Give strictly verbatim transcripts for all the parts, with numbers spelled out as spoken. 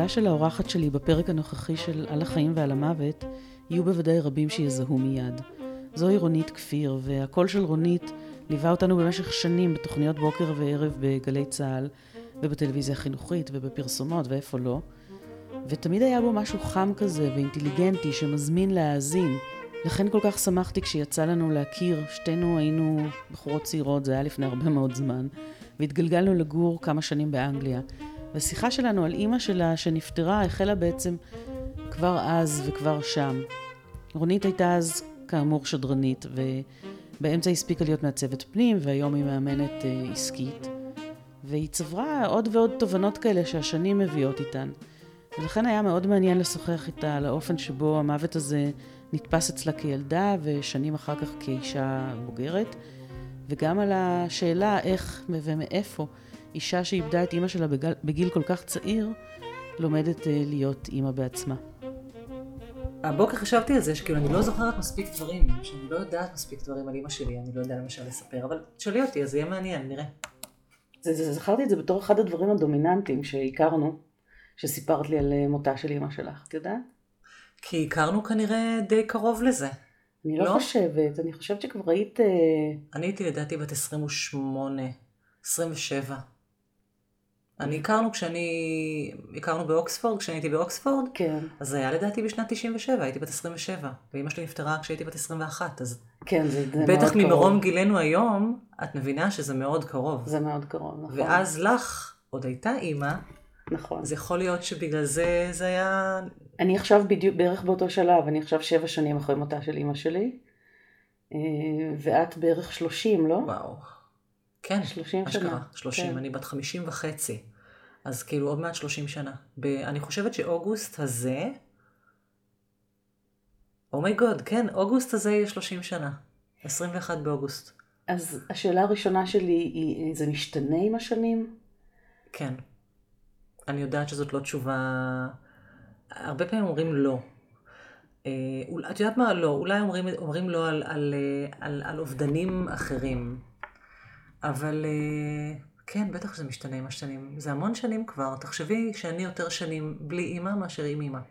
של האורחת שלי בפרק הנוכחי של על החיים ועל המוות, יהיו בוודאי רבים שיזהו מיד. זוהי רונית כפיר, והקול של רונית ליווה אותנו במשך שנים בתוכניות בוקר וערב בגלי צהל, ובטלוויזיה החינוכית ובפרסומות ואיפה לא. ותמיד היה בו משהו חם כזה ואינטליגנטי שמזמין להאזין. לכן כל כך שמחתי כשיצא לנו להכיר, שתינו היינו בחורות צעירות, זה היה לפני הרבה מאוד זמן, והתגלגלנו לגור כמה שנים באנגליה. והשיחה שלנו על אימא שלה שנפטרה החלה בעצם כבר אז וכבר שם. רונית הייתה אז כאמור שדרנית, ובאמצע הספיקה להיות מעצבת פנים, והיום היא מאמנת uh, עסקית. והיא צברה עוד ועוד תובנות כאלה שהשנים מביאות איתן. ולכן היה מאוד מעניין לשוחח איתה על האופן שבו המוות הזה נתפס אצלה כילדה, ושנים אחר כך כאישה בוגרת, וגם על השאלה איך ומאיפה אישה שאיבדה את אימא שלה בגיל, בגיל כל כך צעיר, לומדת להיות אימא בעצמה. הבוקר חשבתי על זה שכאילו אני לא זוכרת מספיק דברים, שאני לא יודעת מספיק דברים על אימא שלי, אני לא יודע למשל לספר, אבל תשאלי אותי, אז זה יהיה מעניין, נראה. זה, זה, זכרתי את זה בתור אחד הדברים הדומיננטיים שהכרנו, שסיפרת לי על מותה של אימא שלך, את יודעת? כי הכרנו כנראה די קרוב לזה. אני לא, לא חושבת, אני חושבת שכבר היית... אני הייתי לדעתי בת עשרים ושמונה, עשרים ושבע. אני הכרנו כשאני, הכרנו באוקספורד, כשאני הייתי באוקספורד, כן. אז זה היה לדעתי בשנת תשעים ושבע, הייתי בת עשרים ושבע, ואמא שלי נפטרה כשהייתי בת עשרים ואחת, אז כן, זה, זה בטח ממרום גילנו היום, את מבינה שזה מאוד קרוב. זה מאוד קרוב, נכון. ואז לך עוד הייתה אימא, נכון. אז יכול להיות שבגלל זה, זה היה... אני עכשיו בדיוק, בערך באותו שלב, אני עכשיו שבע שנים אחרי מותה של אימא שלי, ואת בערך שלושים, לא? וואו. כן, שלושים שנה. שלושים, כן. אני בת חמישים וחצי. אז כאילו עוד מעט שלושים שנה. ב- אני חושבת שאוגוסט הזה, אומייגוד, כן, אוגוסט הזה יהיה שלושים שנה. עשרים ואחד באוגוסט. אז השאלה הראשונה שלי היא, זה משתנה עם השנים? כן. אני יודעת שזאת לא תשובה... הרבה פעמים אומרים לא. את יודעת מה? לא. אולי אומרים, אומרים לא על, על, על, על אובדנים אחרים. אבל כן, בטח שזה משתנה עם השנים. זה המון שנים כבר. תחשבי שאני יותר שנים בלי אמא מאשר עם אמא.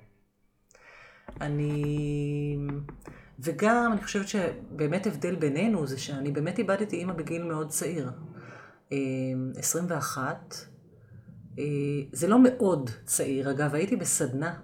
אני... וגם אני חושבת שבאמת הבדל בינינו זה שאני באמת איבדתי אמא בגיל מאוד צעיר. עשרים ואחת. זה לא מאוד צעיר. אגב, הייתי בסדנה.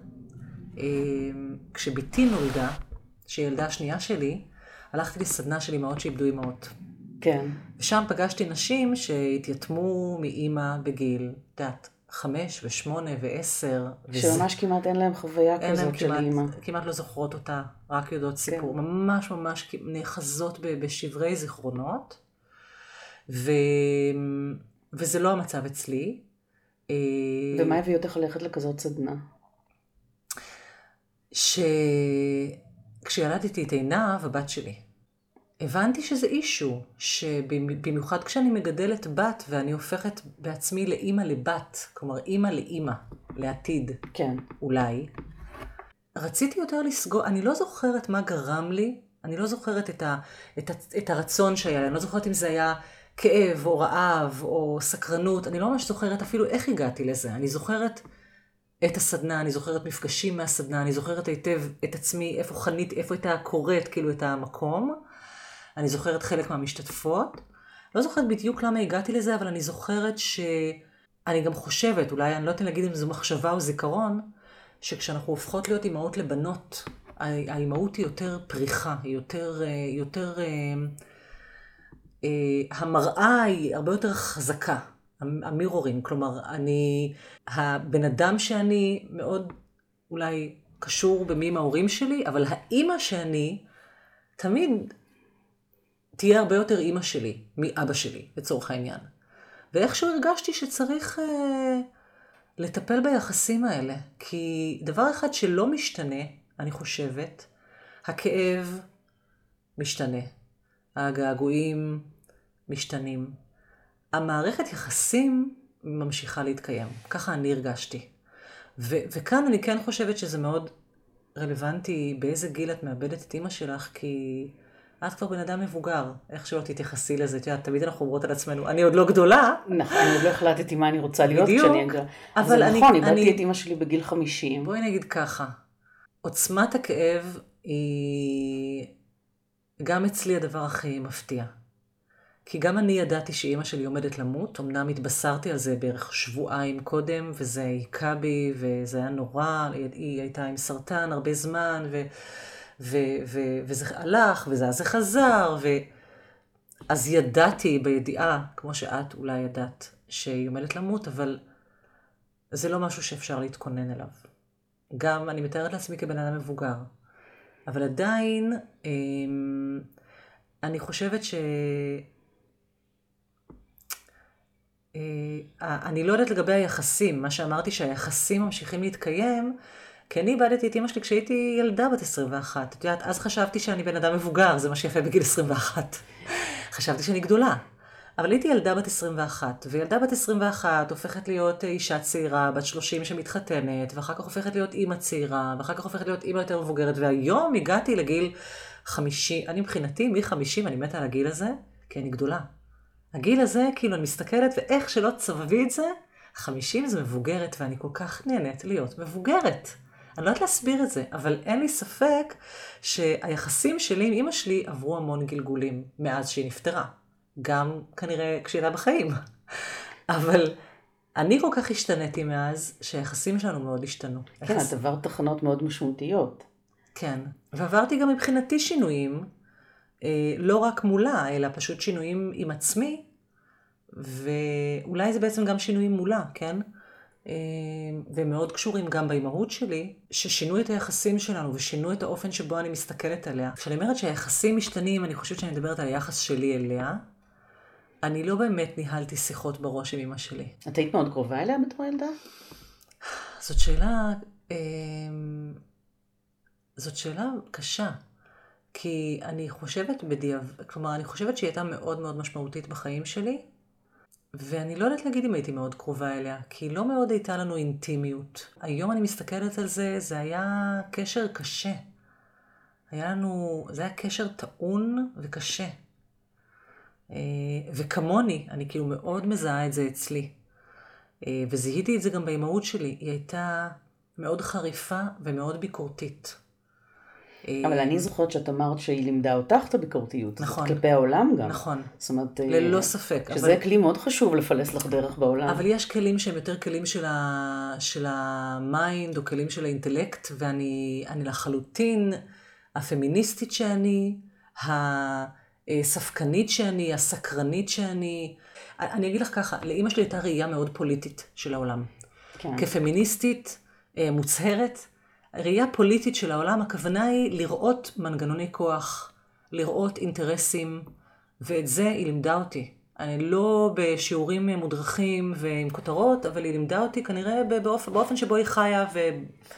כשביתי נולדה, שהיא ילדה השנייה שלי, הלכתי לסדנה של אמהות שאיבדו אמהות. כן. ושם פגשתי נשים שהתייתמו מאמא בגיל, דעת, חמש ושמונה ועשר. שממש כמעט אין להם חוויה כזאת של אמא. כמעט לא זוכרות אותה, רק יודעות סיפור. כן. ממש ממש נאחזות בשברי זיכרונות. ו... וזה לא המצב אצלי. ומה הביא אותך ללכת לכזאת סדנה? שכשילדתי את עינב, הבת שלי, הבנתי שזה אישו, שבמיוחד כשאני מגדלת בת ואני הופכת בעצמי לאמא לבת, כלומר אמא לאמא, לעתיד, כן. אולי, רציתי יותר לסגור, אני לא זוכרת מה גרם לי, אני לא זוכרת את, ה, את, ה, את הרצון שהיה לי, אני לא זוכרת אם זה היה כאב או רעב או סקרנות, אני לא ממש זוכרת אפילו איך הגעתי לזה, אני זוכרת את הסדנה, אני זוכרת מפגשים מהסדנה, אני זוכרת היטב את עצמי, איפה חנית, איפה הייתה קוראת, כאילו את המקום, אני זוכרת חלק מהמשתתפות, לא זוכרת בדיוק למה הגעתי לזה, אבל אני זוכרת שאני גם חושבת, אולי אני לא יודעת להגיד אם זו מחשבה או זיכרון, שכשאנחנו הופכות להיות אימהות לבנות, האימהות היא יותר פריחה, היא יותר, יותר, המראה היא הרבה יותר חזקה, המירורים, כלומר, אני, הבן אדם שאני מאוד אולי קשור במי עם ההורים שלי, אבל האימא שאני תמיד תהיה הרבה יותר אימא שלי מאבא שלי, לצורך העניין. ואיכשהו הרגשתי שצריך אה, לטפל ביחסים האלה, כי דבר אחד שלא משתנה, אני חושבת, הכאב משתנה, הגעגועים משתנים. המערכת יחסים ממשיכה להתקיים, ככה אני הרגשתי. ו- וכאן אני כן חושבת שזה מאוד רלוונטי באיזה גיל את מאבדת את אמא שלך, כי את כבר בן אדם מבוגר, איך שלא תתייחסי לזה, את יודעת, תמיד אנחנו אומרות על עצמנו, אני עוד לא גדולה. נכון, אני עוד לא החלטתי מה אני רוצה להיות בדיוק, כשאני אגדל. אבל זה אני, נכון, אני, איבדתי את אמא שלי בגיל חמישים. בואי נגיד ככה, עוצמת הכאב היא גם אצלי הדבר הכי מפתיע. כי גם אני ידעתי שאימא שלי עומדת למות, אמנם התבשרתי על זה בערך שבועיים קודם, וזה היכה בי, וזה היה נורא, היא הייתה עם סרטן הרבה זמן, ו, ו, ו, וזה הלך, וזה זה חזר, ו... אז ידעתי בידיעה, כמו שאת אולי ידעת, שהיא עומדת למות, אבל זה לא משהו שאפשר להתכונן אליו. גם אני מתארת לעצמי כבן אדם מבוגר, אבל עדיין אני חושבת ש... אני לא יודעת לגבי היחסים, מה שאמרתי שהיחסים ממשיכים להתקיים, כי אני איבדתי את אמא שלי כשהייתי ילדה בת עשרים ואחת. את יודעת, אז חשבתי שאני בן אדם מבוגר, זה מה שיפה בגיל עשרים ואחת. חשבתי שאני גדולה. אבל הייתי ילדה בת עשרים ואחת, וילדה בת עשרים ואחת הופכת להיות אישה צעירה, בת שלושים שמתחתנת, ואחר כך הופכת להיות אימא צעירה, ואחר כך הופכת להיות אימא יותר מבוגרת, והיום הגעתי לגיל חמישים, אני מבחינתי מ-חמישים, אני מתה על הגיל הזה, כי אני גדולה. הגיל הזה, כאילו אני מסתכלת, ואיך שלא תסבבי את זה, חמישים זה מבוגרת, ואני כל כך נהנית להיות מבוגרת. אני לא יודעת להסביר את זה, אבל אין לי ספק שהיחסים שלי עם אמא שלי עברו המון גלגולים מאז שהיא נפטרה. גם כנראה כשהיא הייתה בחיים. אבל אני כל כך השתניתי מאז שהיחסים שלנו מאוד השתנו. כן, את עברת תחנות מאוד משמעותיות. כן, ועברתי גם מבחינתי שינויים, לא רק מולה, אלא פשוט שינויים עם עצמי, ואולי זה בעצם גם שינויים מולה, כן? ומאוד קשורים גם באימהות שלי, ששינו את היחסים שלנו ושינו את האופן שבו אני מסתכלת עליה. כשאני אומרת שהיחסים משתנים, אני חושבת שאני מדברת על היחס שלי אליה. אני לא באמת ניהלתי שיחות בראש עם אמא שלי. את היית מאוד קרובה אליה בתור ילדה? זאת שאלה, זאת שאלה קשה. כי אני חושבת בדיעבד, כלומר, אני חושבת שהיא הייתה מאוד מאוד משמעותית בחיים שלי, ואני לא יודעת להגיד אם הייתי מאוד קרובה אליה, כי לא מאוד הייתה לנו אינטימיות. היום אני מסתכלת על זה, זה היה קשר קשה. היה לנו, זה היה קשר טעון וקשה. וכמוני, אני כאילו מאוד מזהה את זה אצלי. וזיהיתי את זה גם באימהות שלי. היא הייתה מאוד חריפה ומאוד ביקורתית. אבל אני זוכרת שאת אמרת שהיא לימדה אותך את הביקורתיות. נכון. כלפי העולם גם. נכון. זאת אומרת, ללא ספק. שזה אבל... כלי מאוד חשוב לפלס לך דרך בעולם. אבל יש כלים שהם יותר כלים של, ה... של המיינד, או כלים של האינטלקט, ואני אני לחלוטין הפמיניסטית שאני, הספקנית שאני, הסקרנית שאני. אני אגיד לך ככה, לאמא שלי הייתה ראייה מאוד פוליטית של העולם. כן. כפמיניסטית מוצהרת, ראייה פוליטית של העולם, הכוונה היא לראות מנגנוני כוח, לראות אינטרסים, ואת זה היא לימדה אותי. אני לא בשיעורים מודרכים ועם כותרות, אבל היא לימדה אותי כנראה באופן, באופן שבו היא חיה, ו...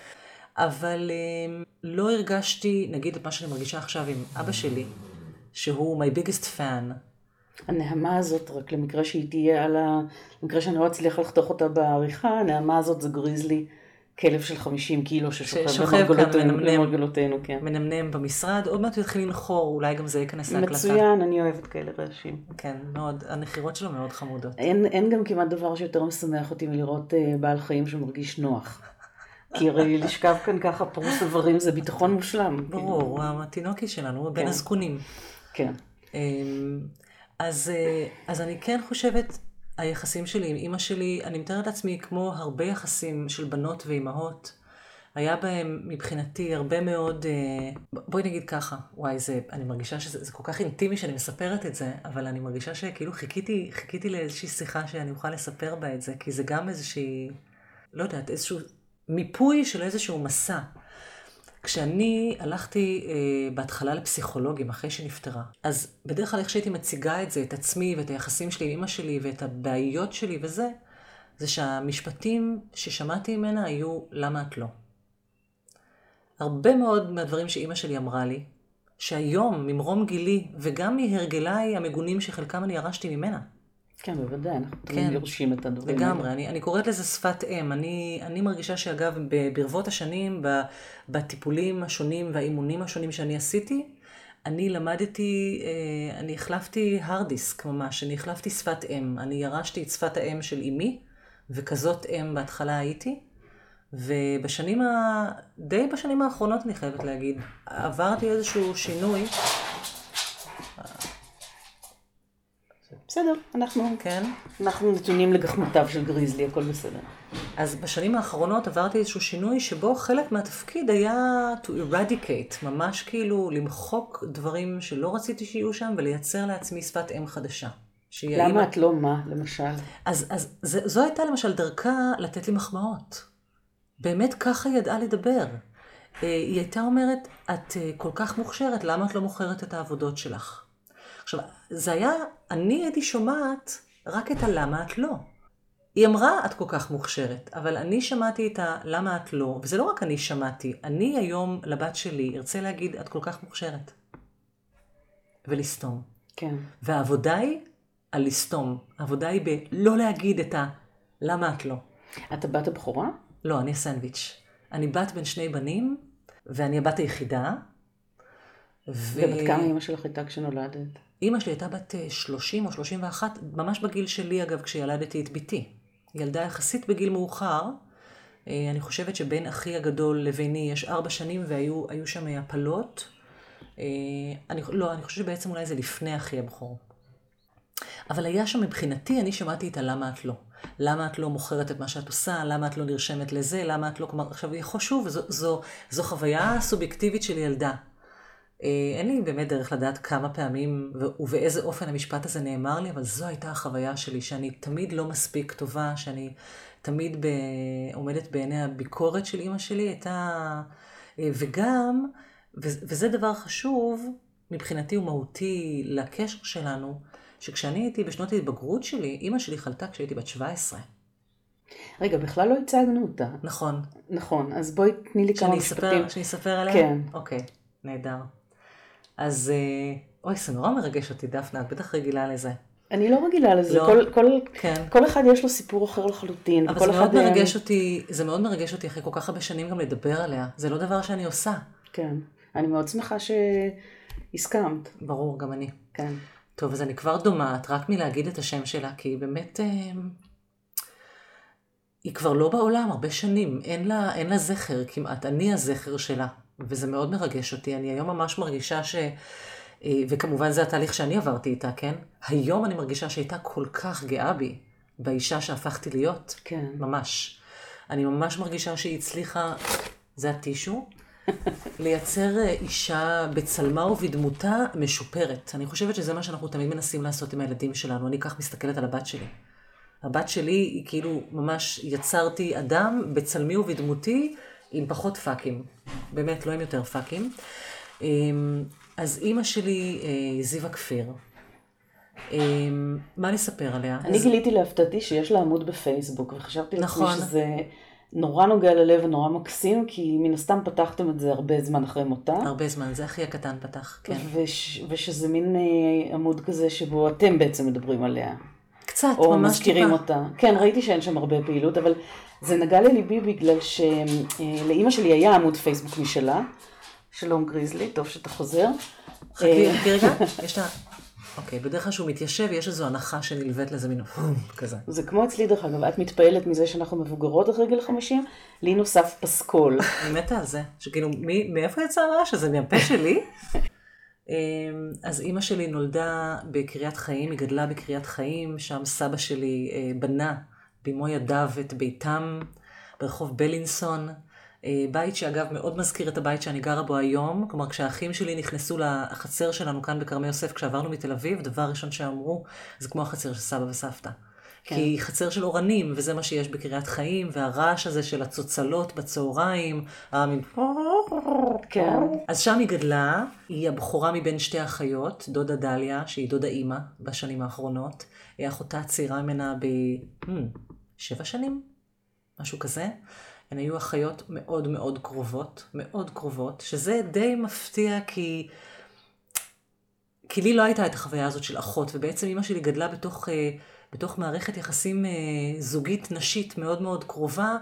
אבל לא הרגשתי, נגיד את מה שאני מרגישה עכשיו עם אבא שלי, שהוא my biggest fan. הנעמה הזאת, רק למקרה שהיא תהיה על ה... למקרה שאני לא אצליח לחתוך אותה בעריכה, הנעמה הזאת זה גריזלי. כלב של חמישים קילו ששוכב במרגלותינו, כן. מנמנם במשרד, עוד מעט יתחיל לנחור, אולי גם זה ייכנס להקלטה. מצוין, אני אוהבת כאלה רעשים. כן, מאוד, הנחירות שלו מאוד חמודות. אין, אין גם כמעט דבר שיותר משמח אותי מלראות uh, בעל חיים שמרגיש נוח. כי הרי לשכב כאן ככה פרוס איברים זה ביטחון מושלם. ברור, הוא התינוקי שלנו, הוא בין הזקונים. כן. אז, אז אני כן חושבת, היחסים שלי עם אמא שלי, אני מתארת לעצמי כמו הרבה יחסים של בנות ואימהות, היה בהם מבחינתי הרבה מאוד, בואי נגיד ככה, וואי, זה, אני מרגישה שזה זה כל כך אינטימי שאני מספרת את זה, אבל אני מרגישה שכאילו חיכיתי, חיכיתי לאיזושהי שיחה שאני אוכל לספר בה את זה, כי זה גם איזושהי, לא יודעת, איזשהו מיפוי של איזשהו מסע. כשאני הלכתי אה, בהתחלה לפסיכולוגים אחרי שנפטרה, אז בדרך כלל איך שהייתי מציגה את זה, את עצמי ואת היחסים שלי עם אמא שלי ואת הבעיות שלי וזה, זה שהמשפטים ששמעתי ממנה היו למה את לא. הרבה מאוד מהדברים שאמא שלי אמרה לי, שהיום ממרום גילי וגם מהרגליי המגונים שחלקם אני ירשתי ממנה. כן, בוודאי, אנחנו תמיד יורשים את הדברים. לגמרי, אני, אני קוראת לזה שפת אם. אני, אני מרגישה שאגב, ברבות השנים, בטיפולים השונים והאימונים השונים שאני עשיתי, אני למדתי, אני החלפתי הרד דיסק ממש, אני החלפתי שפת אם. אני ירשתי את שפת האם של אמי, וכזאת אם בהתחלה הייתי. ובשנים ה... די בשנים האחרונות אני חייבת להגיד, עברתי איזשהו שינוי. בסדר, אנחנו, כן. אנחנו נתונים לגחמותיו של גריזלי, הכל בסדר. אז בשנים האחרונות עברתי איזשהו שינוי שבו חלק מהתפקיד היה to eradicate, ממש כאילו למחוק דברים שלא רציתי שיהיו שם ולייצר לעצמי שפת אם חדשה. למה אימא... את לא מה, למשל? אז, אז זו, זו הייתה למשל דרכה לתת לי מחמאות. באמת ככה היא ידעה לדבר. היא הייתה אומרת, את כל כך מוכשרת, למה את לא מוכרת את העבודות שלך? עכשיו, זה היה, אני הייתי שומעת רק את הלמה את לא. היא אמרה, את כל כך מוכשרת, אבל אני שמעתי את הלמה את לא, וזה לא רק אני שמעתי, אני היום לבת שלי ארצה להגיד, את כל כך מוכשרת. ולסתום. כן. והעבודה היא על לסתום. העבודה היא בלא להגיד את הלמה את לא. את הבת הבכורה? לא, אני הסנדוויץ'. אני בת בין שני בנים, ואני הבת היחידה. ו... ובת כמה אמא שלך הייתה כשנולדת? אמא שלי הייתה בת שלושים או שלושים ואחת, ממש בגיל שלי אגב, כשילדתי את ביתי. ילדה יחסית בגיל מאוחר. אני חושבת שבין אחי הגדול לביני יש ארבע שנים, והיו היו שם הפלות. אני, לא, אני חושבת שבעצם אולי זה לפני אחי הבכור. אבל היה שם מבחינתי, אני שמעתי את הלמה את לא. למה את לא מוכרת את מה שאת עושה, למה את לא נרשמת לזה, למה את לא... כלומר, עכשיו, חשוב, זו, זו, זו חוויה סובייקטיבית של ילדה. אין לי באמת דרך לדעת כמה פעמים ובאיזה אופן המשפט הזה נאמר לי, אבל זו הייתה החוויה שלי, שאני תמיד לא מספיק טובה, שאני תמיד ב... עומדת בעיני הביקורת של אמא שלי, הייתה... וגם, ו... וזה דבר חשוב, מבחינתי ומהותי לקשר שלנו, שכשאני הייתי בשנות ההתבגרות שלי, אמא שלי חלתה כשהייתי בת שבע עשרה. רגע, בכלל לא הצגנו אותה. נכון. נכון, אז בואי תני לי כמה משפטים. שאני אספר עליה? כן. אוקיי, נהדר. אז, אוי, זה נורא מרגש אותי, דפנה, את בטח רגילה לזה. אני לא רגילה לזה, לא. כל, כל, כן. כל אחד יש לו סיפור אחר לחלוטין. אבל זה מאוד מרגש אותי, זה מאוד מרגש אותי אחרי כל כך הרבה שנים גם לדבר עליה. זה לא דבר שאני עושה. כן, אני מאוד שמחה שהסכמת. ברור, גם אני. כן. טוב, אז אני כבר דומעת, רק מלהגיד את השם שלה, כי היא באמת, היא כבר לא בעולם הרבה שנים, אין לה, אין לה זכר כמעט, אני הזכר שלה, וזה מאוד מרגש אותי. אני היום ממש מרגישה ש... וכמובן זה התהליך שאני עברתי איתה, כן? היום אני מרגישה שהייתה כל כך גאה בי, באישה שהפכתי להיות. כן. ממש. אני ממש מרגישה שהיא הצליחה, זה הטישו, לייצר אישה בצלמה ובדמותה משופרת. אני חושבת שזה מה שאנחנו תמיד מנסים לעשות עם הילדים שלנו. אני כך מסתכלת על הבת שלי. הבת שלי היא כאילו ממש יצרתי אדם בצלמי ובדמותי עם פחות פאקים. באמת, לא עם יותר פאקים. אז אימא שלי זיווה כפיר. מה נספר עליה? אני גיליתי להפתעתי שיש לה עמוד בפייסבוק, וחשבתי לעצמי שזה נורא נוגע ללב ונורא מקסים, כי מן הסתם פתחתם את זה הרבה זמן אחרי מותה. הרבה זמן, זה הכי הקטן פתח, כן. ושזה מין עמוד כזה שבו אתם בעצם מדברים עליה. קצת, ממש טיפה. או מזכירים אותה. כן, ראיתי שאין שם הרבה פעילות, אבל זה נגע לליבי בגלל שלאמא שלי היה עמוד פייסבוק משלה. שלום גריזלי, טוב שאתה חוזר. חכי, חכי רגע, יש לה... אוקיי, בדרך כלל שהוא מתיישב, יש איזו הנחה שנלווית לזה מין כזה. זה כמו אצלי דרך אגב, את מתפעלת מזה שאנחנו מבוגרות אחרי גיל חמישים, לי נוסף פסקול. אני מתה על זה, שכאילו, מאיפה יצא הרעש הזה? מהפה שלי? אז אימא שלי נולדה בקריית חיים, היא גדלה בקריית חיים, שם סבא שלי בנה במו ידיו את ביתם ברחוב בלינסון, בית שאגב מאוד מזכיר את הבית שאני גרה בו היום, כלומר כשהאחים שלי נכנסו לחצר שלנו כאן בקרמי יוסף כשעברנו מתל אביב, דבר ראשון שאמרו, זה כמו החצר של סבא וסבתא. כן. כי חצר של אורנים, וזה מה שיש בקריית חיים, והרעש הזה של הצוצלות בצהריים, המין... כן. אז שם היא גדלה, היא הבכורה מבין שתי אחיות, דודה דליה, שהיא דודה אימא בשנים האחרונות, היא אחותה צעירה ממנה בשבע שנים, משהו כזה. הן היו אחיות מאוד מאוד קרובות, מאוד קרובות, שזה די מפתיע כי, כי לי לא הייתה את החוויה הזאת של אחות, ובעצם אמא שלי גדלה בתוך, בתוך מערכת יחסים זוגית נשית מאוד מאוד קרובה,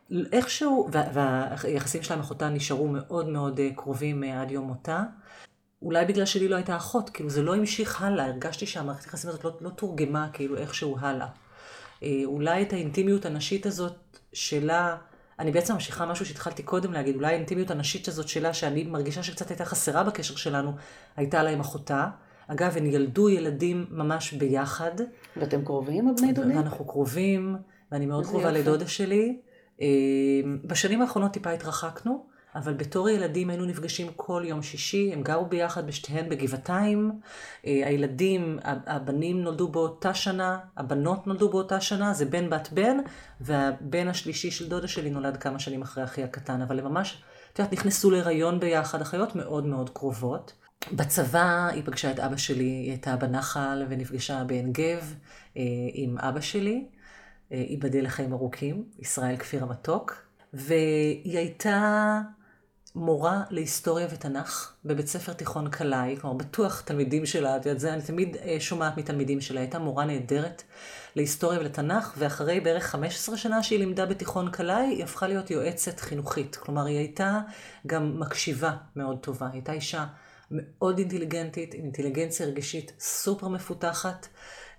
איכשהו, והיחסים שלה עם אחותה נשארו מאוד מאוד קרובים עד יום מותה. אולי בגלל שלי לא הייתה אחות, כאילו זה לא המשיך הלאה, הרגשתי שהמערכת היחסים הזאת לא, לא תורגמה כאילו איכשהו הלאה. אה, אולי את האינטימיות הנשית הזאת שלה, אני בעצם ממשיכה משהו שהתחלתי קודם להגיד, אולי האינטימיות הנשית הזאת שלה, שאני מרגישה שקצת הייתה חסרה בקשר שלנו, הייתה לה עם אחותה. אגב, הם ילדו ילדים ממש ביחד. ואתם קרובים, הבני דודים? ואנחנו קרובים, ואני מאוד איזה קרובה יופי. לדודה שלי. אה, בשנים האחרונות טיפה התרחקנו, אבל בתור ילדים היינו נפגשים כל יום שישי, הם גרו ביחד בשתיהן בגבעתיים. אה, הילדים, הבנים נולדו באותה שנה, הבנות נולדו באותה שנה, זה בן בת בן, והבן השלישי של דודה שלי נולד כמה שנים אחרי אחי הקטן, אבל הם ממש, את יודעת, נכנסו להיריון ביחד, אחיות מאוד מאוד קרובות. בצבא היא פגשה את אבא שלי, היא הייתה בנחל ונפגשה בעין גב אה, עם אבא שלי, אה, ייבדל לחיים ארוכים, ישראל כפיר המתוק, והיא הייתה מורה להיסטוריה ותנ"ך בבית ספר תיכון קלעי, כלומר בטוח תלמידים שלה, את יודעת, זה אני תמיד אה, שומעת מתלמידים שלה, הייתה מורה נהדרת להיסטוריה ולתנ"ך, ואחרי בערך חמש עשרה שנה שהיא לימדה בתיכון קלעי, היא הפכה להיות יועצת חינוכית, כלומר היא הייתה גם מקשיבה מאוד טובה, היא הייתה אישה מאוד אינטליגנטית, עם אינטליגנציה רגשית סופר מפותחת,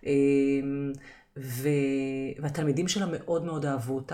ו... והתלמידים שלה מאוד מאוד אהבו אותה.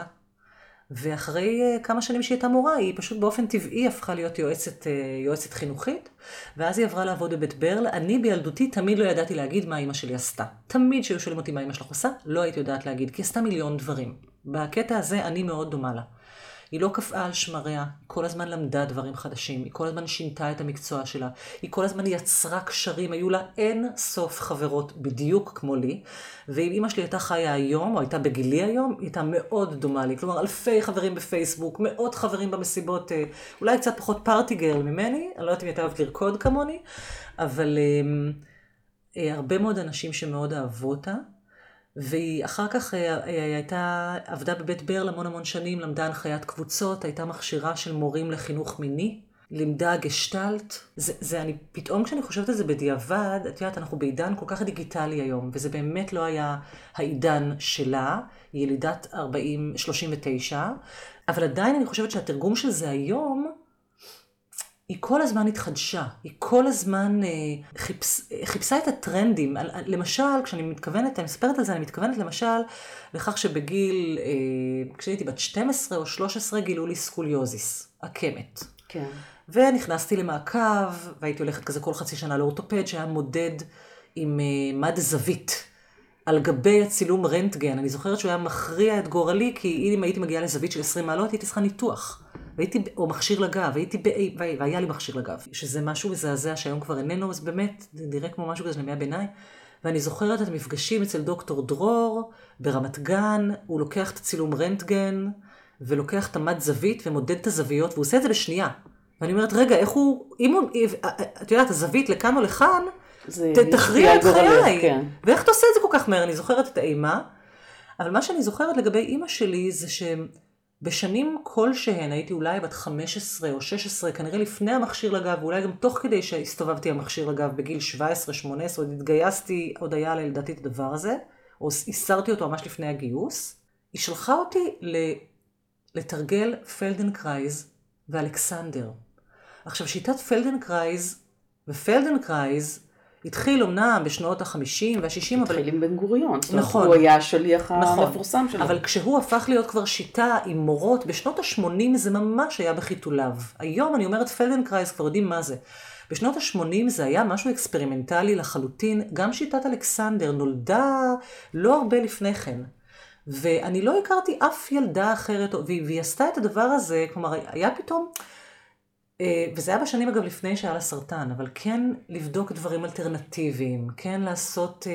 ואחרי כמה שנים שהיא הייתה מורה, היא פשוט באופן טבעי הפכה להיות יועצת, יועצת חינוכית, ואז היא עברה לעבוד בבית ברל. אני בילדותי תמיד לא ידעתי להגיד מה אמא שלי עשתה. תמיד שהיו שואלים אותי מה אמא שלך עושה, לא הייתי יודעת להגיד, כי היא עשתה מיליון דברים. בקטע הזה אני מאוד דומה לה. היא לא קפאה על שמריה, היא כל הזמן למדה דברים חדשים, היא כל הזמן שינתה את המקצוע שלה, היא כל הזמן יצרה קשרים, היו לה אין סוף חברות בדיוק כמו לי, ואם אמא שלי הייתה חיה היום, או הייתה בגילי היום, היא הייתה מאוד דומה לי, כלומר אלפי חברים בפייסבוק, מאות חברים במסיבות, אולי קצת פחות פארטי גרל ממני, אני לא יודעת אם הייתה אוהבת לרקוד כמוני, אבל אה, אה, הרבה מאוד אנשים שמאוד אהבו אותה, והיא אחר כך היא הייתה, עבדה בבית ברל המון המון שנים, למדה הנחיית קבוצות, הייתה מכשירה של מורים לחינוך מיני, לימדה גשטלט. זה, זה אני, פתאום כשאני חושבת על זה בדיעבד, את יודעת, אנחנו בעידן כל כך דיגיטלי היום, וזה באמת לא היה העידן שלה, היא ילידת ארבעים, שלושים ותשע, אבל עדיין אני חושבת שהתרגום של זה היום, היא כל הזמן התחדשה, היא כל הזמן אה, חיפש, חיפשה את הטרנדים. למשל, כשאני מתכוונת, אני מספרת על זה, אני מתכוונת למשל לכך שבגיל, אה, כשהייתי בת שתים עשרה או שלוש עשרה, גילו לי סקוליוזיס, עקמת. כן. ונכנסתי למעקב, והייתי הולכת כזה כל חצי שנה לאורתופד, שהיה מודד עם אה, מד זווית. על גבי הצילום רנטגן. אני זוכרת שהוא היה מכריע את גורלי, כי אם הייתי מגיעה לזווית של עשרים מעלות, הייתי צריכה ניתוח. והייתי, או מכשיר לגב, והייתי ב... והיה לי מכשיר לגב. שזה משהו מזעזע שהיום כבר איננו, אז באמת, זה נראה כמו משהו כזה של ימי הביניים. ואני זוכרת את המפגשים אצל דוקטור דרור, ברמת גן, הוא לוקח את הצילום רנטגן, ולוקח את המד זווית, ומודד את הזוויות, והוא עושה את זה בשנייה. ואני אומרת, רגע, איך הוא, אם הוא, את יודעת, הזווית לכאן או לכאן, תכריע את חיי. כן. ואיך אתה עושה את זה כל כך מהר? אני זוכרת את האימא, אבל מה שאני זוכרת לגבי אימא שלי זה שבשנים כלשהן, הייתי אולי בת חמש עשרה או שש עשרה, כנראה לפני המכשיר לגב, ואולי גם תוך כדי שהסתובבתי המכשיר לגב בגיל שבע עשרה שמונה עשרה, עוד התגייסתי, עוד היה לילדתי את הדבר הזה, או הסרתי אותו ממש לפני הגיוס, היא שלחה אותי לתרגל פלדנקרייז ואלכסנדר. עכשיו, שיטת פלדנקרייז ופלדנקרייז התחיל אומנם בשנות ה-חמישים וה-שישים, אבל... התחיל עם בן גוריון. נכון. הוא היה השליח נכון. המפורסם שלו. אבל כשהוא הפך להיות כבר שיטה עם מורות, בשנות ה-שמונים זה ממש היה בחיתוליו. היום אני אומרת פלדנקרייז, כבר יודעים מה זה. בשנות ה-שמונים זה היה משהו אקספרימנטלי לחלוטין. גם שיטת אלכסנדר נולדה לא הרבה לפני כן. ואני לא הכרתי אף ילדה אחרת, והיא עשתה את הדבר הזה, כלומר, היה פתאום... וזה היה בשנים אגב לפני שהיה לה סרטן, אבל כן לבדוק דברים אלטרנטיביים, כן לעשות,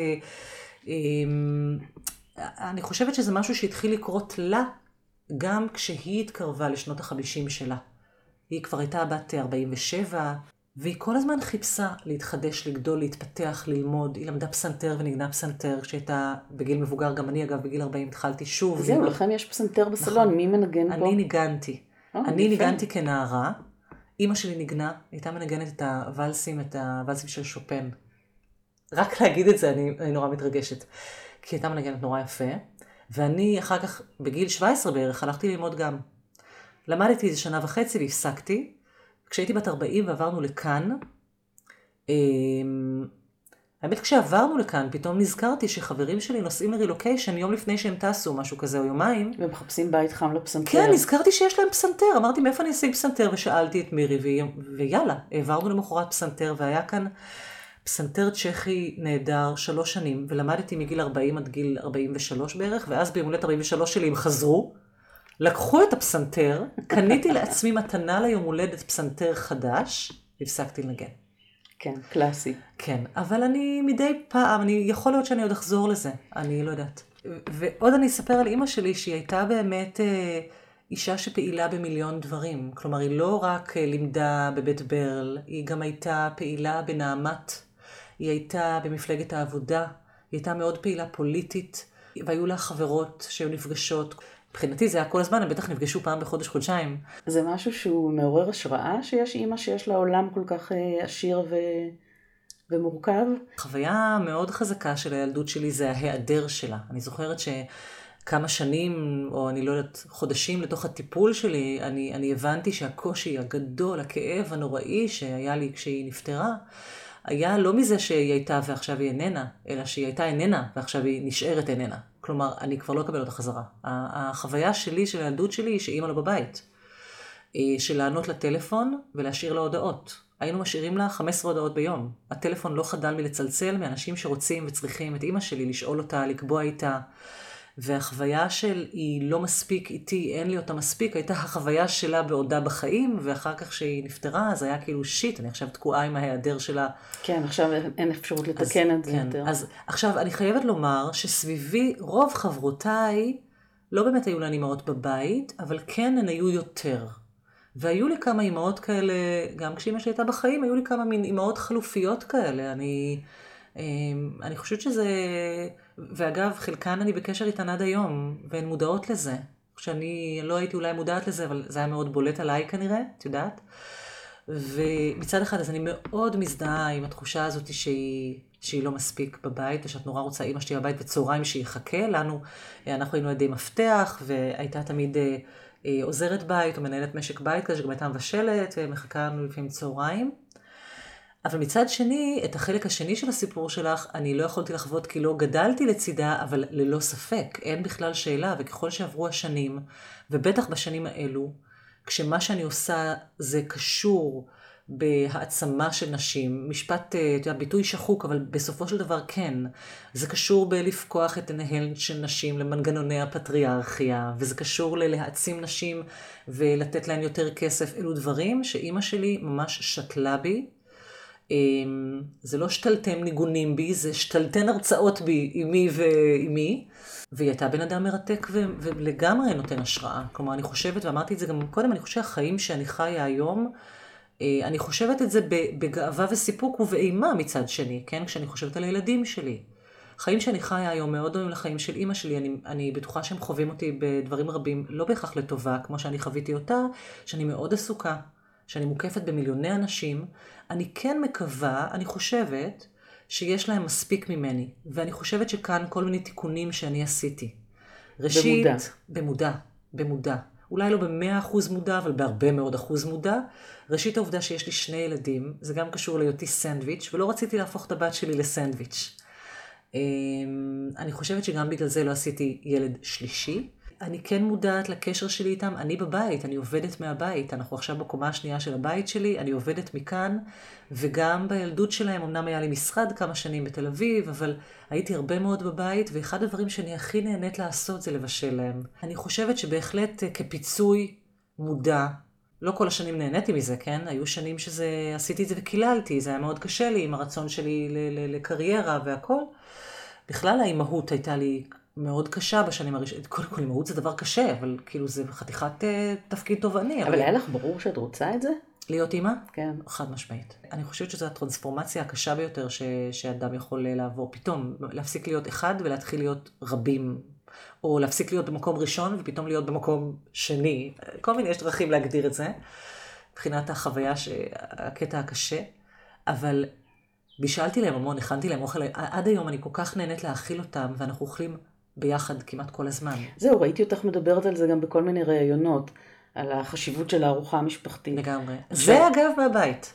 אני חושבת שזה משהו שהתחיל לקרות לה, גם כשהיא התקרבה לשנות החמישים שלה. היא כבר הייתה בת ארבעים ושבע, והיא כל הזמן חיפשה להתחדש, לגדול, להתפתח, ללמוד. היא למדה פסנתר ונגנה פסנתר, כשהייתה בגיל מבוגר, גם אני אגב בגיל ארבעים התחלתי שוב. זהו, לכם יש פסנתר בסלון, מי מנגן פה? אני ניגנתי. אני ניגנתי כנערה. אמא שלי ניגנה, הייתה מנגנת את הוואלסים, את הוואלסים של שופן. רק להגיד את זה, אני, אני נורא מתרגשת. כי הייתה מנגנת נורא יפה. ואני אחר כך, בגיל שבע עשרה בערך, הלכתי ללמוד גם. למדתי איזה שנה וחצי והפסקתי. כשהייתי בת ארבעים ועברנו לכאן, האמת, כשעברנו לכאן, פתאום נזכרתי שחברים שלי נוסעים לרילוקיישן יום לפני שהם טסו, משהו כזה או יומיים. ומחפשים בית חם לפסנתר. כן, נזכרתי שיש להם פסנתר. אמרתי, מאיפה אני אשיג פסנתר? ושאלתי את מירי, ו... ויאללה, העברנו למחרת פסנתר, והיה כאן פסנתר צ'כי נהדר שלוש שנים, ולמדתי מגיל ארבעים עד גיל ארבעים ושלוש בערך, ואז ביום הולדת ארבעים ושלוש שלי הם חזרו, לקחו את הפסנתר, קניתי לעצמי מתנה ליום הולדת פסנתר חדש, והפסקתי לנגן. כן, קלאסי. כן, אבל אני מדי פעם, אני יכול להיות שאני עוד אחזור לזה, אני לא יודעת. ועוד אני אספר על אמא שלי שהיא הייתה באמת אה, אישה שפעילה במיליון דברים. כלומר, היא לא רק אה, לימדה בבית ברל, היא גם הייתה פעילה בנעמת, היא הייתה במפלגת העבודה, היא הייתה מאוד פעילה פוליטית, והיו לה חברות שהיו נפגשות. מבחינתי זה היה כל הזמן, הם בטח נפגשו פעם בחודש חודשיים. זה משהו שהוא מעורר השראה, שיש אימא שיש לה עולם כל כך אה, עשיר ו... ומורכב? חוויה מאוד חזקה של הילדות שלי זה ההיעדר שלה. אני זוכרת שכמה שנים, או אני לא יודעת, חודשים לתוך הטיפול שלי, אני, אני הבנתי שהקושי הגדול, הכאב הנוראי שהיה לי כשהיא נפטרה, היה לא מזה שהיא הייתה ועכשיו היא איננה, אלא שהיא הייתה איננה ועכשיו היא נשארת איננה. כלומר, אני כבר לא אקבל אותה חזרה. החוויה שלי, של הילדות שלי, היא שאימא לא בבית. של לענות לטלפון ולהשאיר לה הודעות. היינו משאירים לה חמש עשרה הודעות ביום. הטלפון לא חדל מלצלצל מאנשים שרוצים וצריכים את אימא שלי, לשאול אותה, לקבוע איתה. והחוויה של היא לא מספיק איתי, אין לי אותה מספיק, הייתה החוויה שלה בעודה בחיים, ואחר כך שהיא נפטרה, אז היה כאילו שיט, אני עכשיו תקועה עם ההיעדר שלה. כן, עכשיו אין אפשרות לתקן את זה כן, יותר. אז עכשיו אני חייבת לומר שסביבי רוב חברותיי לא באמת היו להן אימהות בבית, אבל כן הן היו יותר. והיו לי כמה אימהות כאלה, גם כשאימא שלי הייתה בחיים, היו לי כמה מין אימהות חלופיות כאלה. אני, אני חושבת שזה, ואגב, חלקן אני בקשר איתן עד היום, והן מודעות לזה. שאני לא הייתי אולי מודעת לזה, אבל זה היה מאוד בולט עליי כנראה, את יודעת? ומצד אחד, אז אני מאוד מזדהה עם התחושה הזאת שהיא, שהיא לא מספיק בבית, ושאת נורא רוצה אימא שלי בבית וצהריים שיחכה לנו. אנחנו היינו עדי מפתח, והייתה תמיד עוזרת בית או מנהלת משק בית כזה, שגם הייתה מבשלת ומחכה לנו לפעמים צהריים. אבל מצד שני, את החלק השני של הסיפור שלך, אני לא יכולתי לחוות כי לא גדלתי לצידה, אבל ללא ספק, אין בכלל שאלה, וככל שעברו השנים, ובטח בשנים האלו, כשמה שאני עושה זה קשור בהעצמה של נשים, משפט, אתה יודע, ביטוי שחוק, אבל בסופו של דבר כן, זה קשור בלפקוח את עיניהן של נשים למנגנוני הפטריארכיה, וזה קשור ללהעצים נשים ולתת להן יותר כסף, אלו דברים שאימא שלי ממש שתלה בי, זה לא שתלתם ניגונים בי, זה שתלתן הרצאות בי, אימי ואימי, והיא הייתה בן אדם מרתק ו- ולגמרי נותן השראה. כלומר, אני חושבת, ואמרתי את זה גם קודם, אני חושבת החיים שאני חיה היום, אני חושבת את זה בגאווה וסיפוק ובאימה מצד שני, כן? כשאני חושבת על הילדים שלי. חיים שאני חיה היום מאוד דומים לחיים של אימא שלי, אני, אני בטוחה שהם חווים אותי בדברים רבים, לא בהכרח לטובה, כמו שאני חוויתי אותה, שאני מאוד עסוקה, שאני מוקפת במיליוני אנשים. אני כן מקווה, אני חושבת, שיש להם מספיק ממני, ואני חושבת שכאן כל מיני תיקונים שאני עשיתי. ראשית, במודע. במודע, במודע. אולי לא במאה אחוז מודע, אבל בהרבה מאוד אחוז מודע. ראשית העובדה שיש לי שני ילדים, זה גם קשור להיותי סנדוויץ', ולא רציתי להפוך את הבת שלי לסנדוויץ'. אני חושבת שגם בגלל זה לא עשיתי ילד שלישי. אני כן מודעת לקשר שלי איתם, אני בבית, אני עובדת מהבית, אנחנו עכשיו בקומה השנייה של הבית שלי, אני עובדת מכאן, וגם בילדות שלהם, אמנם היה לי משרד כמה שנים בתל אביב, אבל הייתי הרבה מאוד בבית, ואחד הדברים שאני הכי נהנית לעשות זה לבשל להם. אני חושבת שבהחלט כפיצוי מודע, לא כל השנים נהניתי מזה, כן? היו שנים שזה, עשיתי את זה וקיללתי, זה היה מאוד קשה לי עם הרצון שלי לקריירה והכל. בכלל האימהות הייתה לי מאוד קשה בשנים הראשונות. קודם כל, אימהות זה דבר קשה, אבל כאילו זה חתיכת תפקיד תובעני. אבל היה לך ברור שאת רוצה את זה? להיות אימא? כן. חד משמעית. אני חושבת שזו הטרנספורמציה הקשה ביותר ש... שאדם יכול לעבור. פתאום להפסיק להיות אחד ולהתחיל להיות רבים. או להפסיק להיות במקום ראשון ופתאום להיות במקום שני. כל מיני יש דרכים להגדיר את זה. מבחינת החוויה, הקטע הקשה. אבל בישלתי להם המון, הכנתי להם אוכל. עד היום אני כל כך נהנית להאכיל אותם, ואנחנו אוכלים ביחד כמעט כל הזמן. זהו, ראיתי אותך מדברת על זה גם בכל מיני ראיונות, על החשיבות של הארוחה המשפחתית. לגמרי. זה אגב מהבית.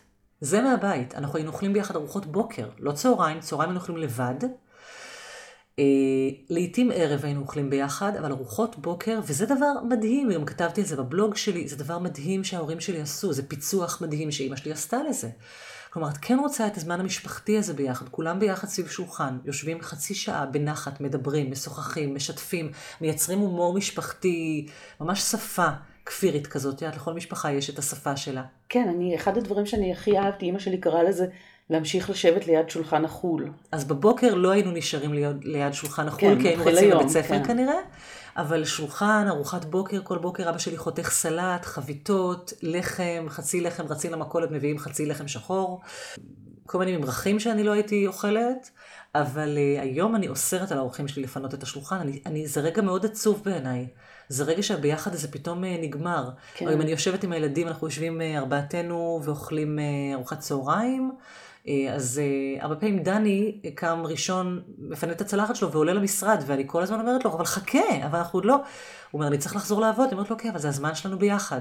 זה מהבית. אנחנו היינו אוכלים ביחד ארוחות בוקר, לא צהריים, צהריים היינו אוכלים לבד. אה, לעתים ערב היינו אוכלים ביחד, אבל ארוחות בוקר, וזה דבר מדהים, גם כתבתי את זה בבלוג שלי, זה דבר מדהים שההורים שלי עשו, זה פיצוח מדהים שאמא שלי עשתה לזה. כלומר, את כן רוצה את הזמן המשפחתי הזה ביחד, כולם ביחד סביב שולחן, יושבים חצי שעה בנחת, מדברים, משוחחים, משתפים, מייצרים הומור משפחתי, ממש שפה כפירית כזאת, יד, לכל משפחה יש את השפה שלה. כן, אני, אחד הדברים שאני הכי אהבתי, אמא שלי קראה לזה להמשיך לשבת ליד שולחן החול. אז בבוקר לא היינו נשארים ליד, ליד שולחן החול, כן, כי היינו רצים היום, לבית ספר כן. כנראה, אבל שולחן, ארוחת בוקר, כל בוקר אבא שלי חותך סלט, חביתות, לחם, חצי לחם, רצים למכולת, מביאים חצי לחם שחור, כל מיני ממרחים שאני לא הייתי אוכלת, אבל uh, היום אני אוסרת על האורחים שלי לפנות את השולחן, אני, אני, זה רגע מאוד עצוב בעיניי. זה רגע שהביחד הזה פתאום uh, נגמר. כן. או אם אני יושבת עם הילדים, אנחנו יושבים uh, ארבעתנו ואוכלים uh, ארוחת צהריים, uh, אז uh, הרבה פעמים דני קם ראשון, מפנה את הצלחת שלו ועולה למשרד, ואני כל הזמן אומרת לו, אבל חכה, אבל אנחנו עוד לא. הוא אומר, אני צריך לחזור לעבוד, אני אומרת לו, כן, אבל זה הזמן שלנו ביחד.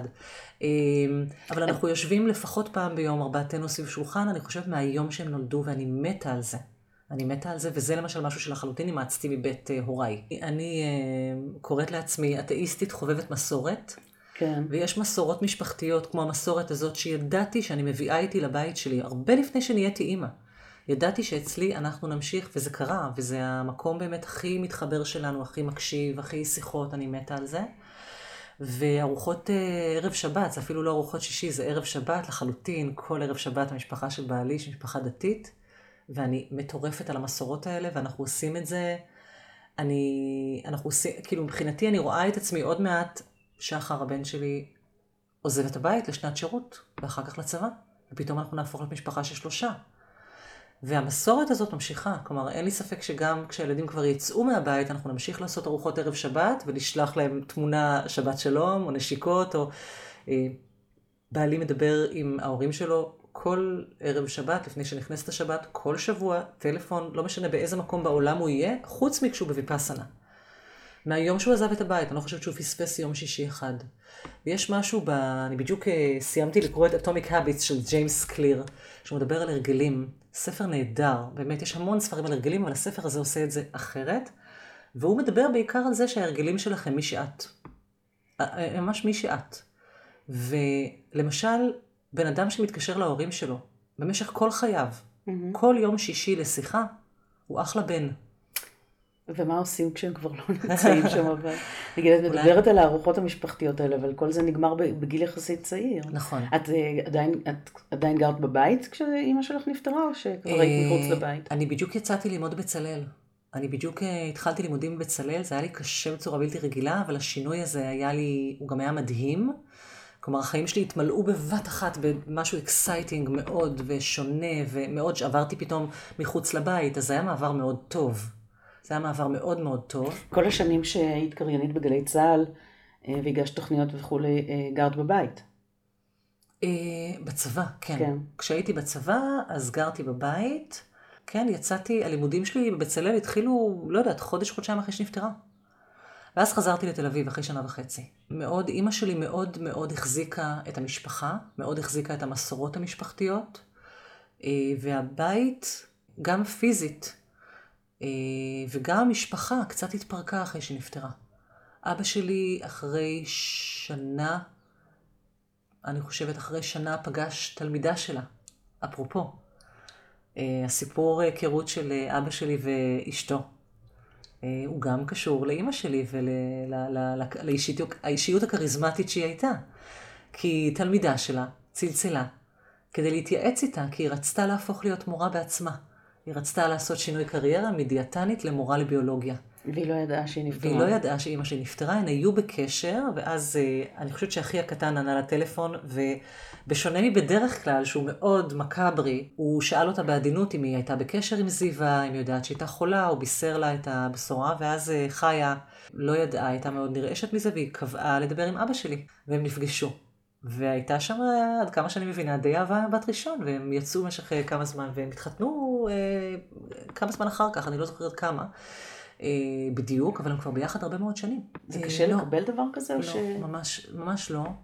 אבל אנחנו יושבים לפחות פעם ביום, ארבעתנו סביב שולחן, אני חושבת מהיום שהם נולדו, ואני מתה על זה. אני מתה על זה, וזה למשל משהו שלחלוטין אימצתי מבית הוריי. אני קוראת לעצמי אתאיסטית חובבת מסורת, כן. ויש מסורות משפחתיות, כמו המסורת הזאת, שידעתי שאני מביאה איתי לבית שלי, הרבה לפני שנהייתי אימא. ידעתי שאצלי אנחנו נמשיך, וזה קרה, וזה המקום באמת הכי מתחבר שלנו, הכי מקשיב, הכי שיחות, אני מתה על זה. וארוחות ערב שבת, זה אפילו לא ארוחות שישי, זה ערב שבת לחלוטין, כל ערב שבת המשפחה של בעלי, שהיא משפחה דתית, ואני מטורפת על המסורות האלה, ואנחנו עושים את זה, אני, אנחנו עושים, כאילו מבחינתי אני רואה את עצמי עוד מעט, שחר הבן שלי עוזב את הבית לשנת שירות, ואחר כך לצבא, ופתאום אנחנו נהפוך למשפחה של שלושה. והמסורת הזאת ממשיכה, כלומר אין לי ספק שגם כשהילדים כבר יצאו מהבית, אנחנו נמשיך לעשות ארוחות ערב שבת, ולשלח להם תמונה שבת שלום, או נשיקות, או אה, בעלי מדבר עם ההורים שלו כל ערב שבת, לפני שנכנסת השבת, כל שבוע, טלפון, לא משנה באיזה מקום בעולם הוא יהיה, חוץ מכשהו בויפאסנה. מהיום שהוא עזב את הבית, אני לא חושבת שהוא פספס יום שישי אחד. ויש משהו, ב... אני בדיוק סיימתי לקרוא את Atomic Habits של ג'יימס קליר, שהוא מדבר על הרגלים, ספר נהדר, באמת יש המון ספרים על הרגלים, אבל הספר הזה עושה את זה אחרת, והוא מדבר בעיקר על זה שההרגלים שלכם מי שאת. ממש מי שאת. ולמשל, בן אדם שמתקשר להורים שלו, במשך כל חייו, mm-hmm. כל יום שישי לשיחה, הוא אחלה בן. ומה עושים כשהם כבר לא נמצאים שם? אבל נגיד, את מדברת על הארוחות המשפחתיות האלה, אבל כל זה נגמר בגיל יחסית צעיר. נכון. את עדיין, את עדיין גרת בבית כשאמא שלך נפטרה, או שכבר היית מחוץ לבית? אני בדיוק יצאתי ללמוד בצלאל. אני בדיוק התחלתי לימודים בצלאל, זה היה לי קשה בצורה בלתי רגילה, אבל השינוי הזה היה לי, הוא גם היה מדהים. כלומר, החיים שלי התמלאו בבת אחת במשהו אקסייטינג מאוד ושונה, ומאוד שעברתי פתאום מחוץ לבית, אז זה היה מעבר מאוד טוב. זה היה מעבר מאוד מאוד טוב. כל השנים שהיית קריינית בגלי צה"ל, והגשת תוכניות וכו', גרת בבית? בצבא, כן. כן. כשהייתי בצבא, אז גרתי בבית. כן, יצאתי, הלימודים שלי בבצלאל התחילו, לא יודעת, חודש, חודשיים אחרי שנפטרה. ואז חזרתי לתל אביב אחרי שנה וחצי. מאוד, אמא שלי מאוד מאוד החזיקה את המשפחה, מאוד החזיקה את המסורות המשפחתיות, והבית, גם פיזית, וגם המשפחה קצת התפרקה אחרי שנפטרה. אבא שלי אחרי שנה, אני חושבת אחרי שנה פגש תלמידה שלה, אפרופו. הסיפור היכרות של אבא שלי ואשתו, הוא גם קשור לאמא שלי ולאישיות הכריזמטית שהיא הייתה. כי תלמידה שלה צלצלה כדי להתייעץ איתה, כי היא רצתה להפוך להיות מורה בעצמה. היא רצתה לעשות שינוי קריירה מדיאטנית למורה לביולוגיה. והיא לא ידעה שהיא נפטרה. והיא לא ידעה שאמא שלי נפטרה, הן היו בקשר, ואז אני חושבת שאחי הקטן ענה לטלפון, ובשונה מבדרך כלל, שהוא מאוד מקברי, הוא שאל אותה בעדינות אם היא הייתה בקשר עם זיווה, אם היא יודעת שהיא הייתה חולה, או בישר לה את הבשורה, ואז חיה לא ידעה, הייתה מאוד נרעשת מזה, והיא קבעה לדבר עם אבא שלי, והם נפגשו. והייתה שם, עד כמה שאני מבינה, די אהבה בת ראשון, והם יצאו במשך כמה זמן, והם התחתנו אה, כמה זמן אחר כך, אני לא זוכרת כמה, אה, בדיוק, אבל הם כבר ביחד הרבה מאוד שנים. זה קשה לא, לקבל דבר כזה? לא, או ש... ממש, ממש לא.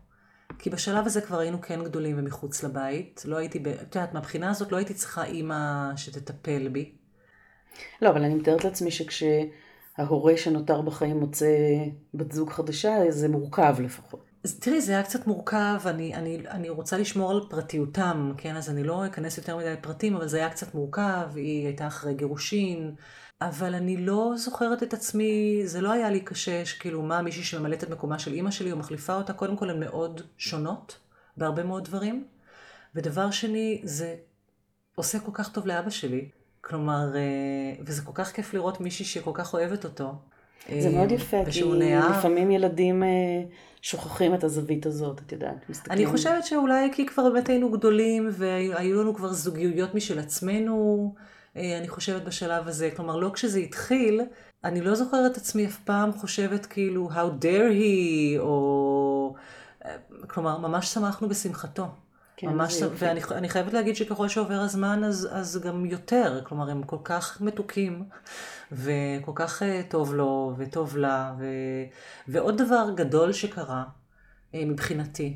כי בשלב הזה כבר היינו כן גדולים ומחוץ לבית. לא הייתי, את יודעת, מהבחינה הזאת לא הייתי צריכה אימא שתטפל בי. לא, אבל אני מתארת לעצמי שכשההורה שנותר בחיים מוצא בת זוג חדשה, זה מורכב לפחות. אז תראי, זה היה קצת מורכב, אני, אני, אני רוצה לשמור על פרטיותם, כן? אז אני לא אכנס יותר מדי לפרטים, אבל זה היה קצת מורכב, היא הייתה אחרי גירושין, אבל אני לא זוכרת את עצמי, זה לא היה לי קשה, שכאילו מה מישהי שממלאת את מקומה של אמא שלי או מחליפה אותה, קודם כל הן מאוד שונות, בהרבה מאוד דברים. ודבר שני, זה עושה כל כך טוב לאבא שלי, כלומר, וזה כל כך כיף לראות מישהי שכל כך אוהבת אותו. זה מאוד יפה, כי לפעמים ילדים שוכחים את הזווית הזאת, את יודעת, מסתכלים. אני חושבת שאולי כי כבר באמת היינו גדולים, והיו לנו כבר זוגיות משל עצמנו, אני חושבת בשלב הזה, כלומר לא כשזה התחיל, אני לא זוכרת את עצמי אף פעם חושבת כאילו, how dare he, או, כלומר ממש שמחנו בשמחתו. כן, ממש, ואני אני חייבת להגיד שככל שעובר הזמן, אז, אז גם יותר, כלומר הם כל כך מתוקים, וכל כך טוב לו, וטוב לה, ו... ועוד דבר גדול שקרה, מבחינתי,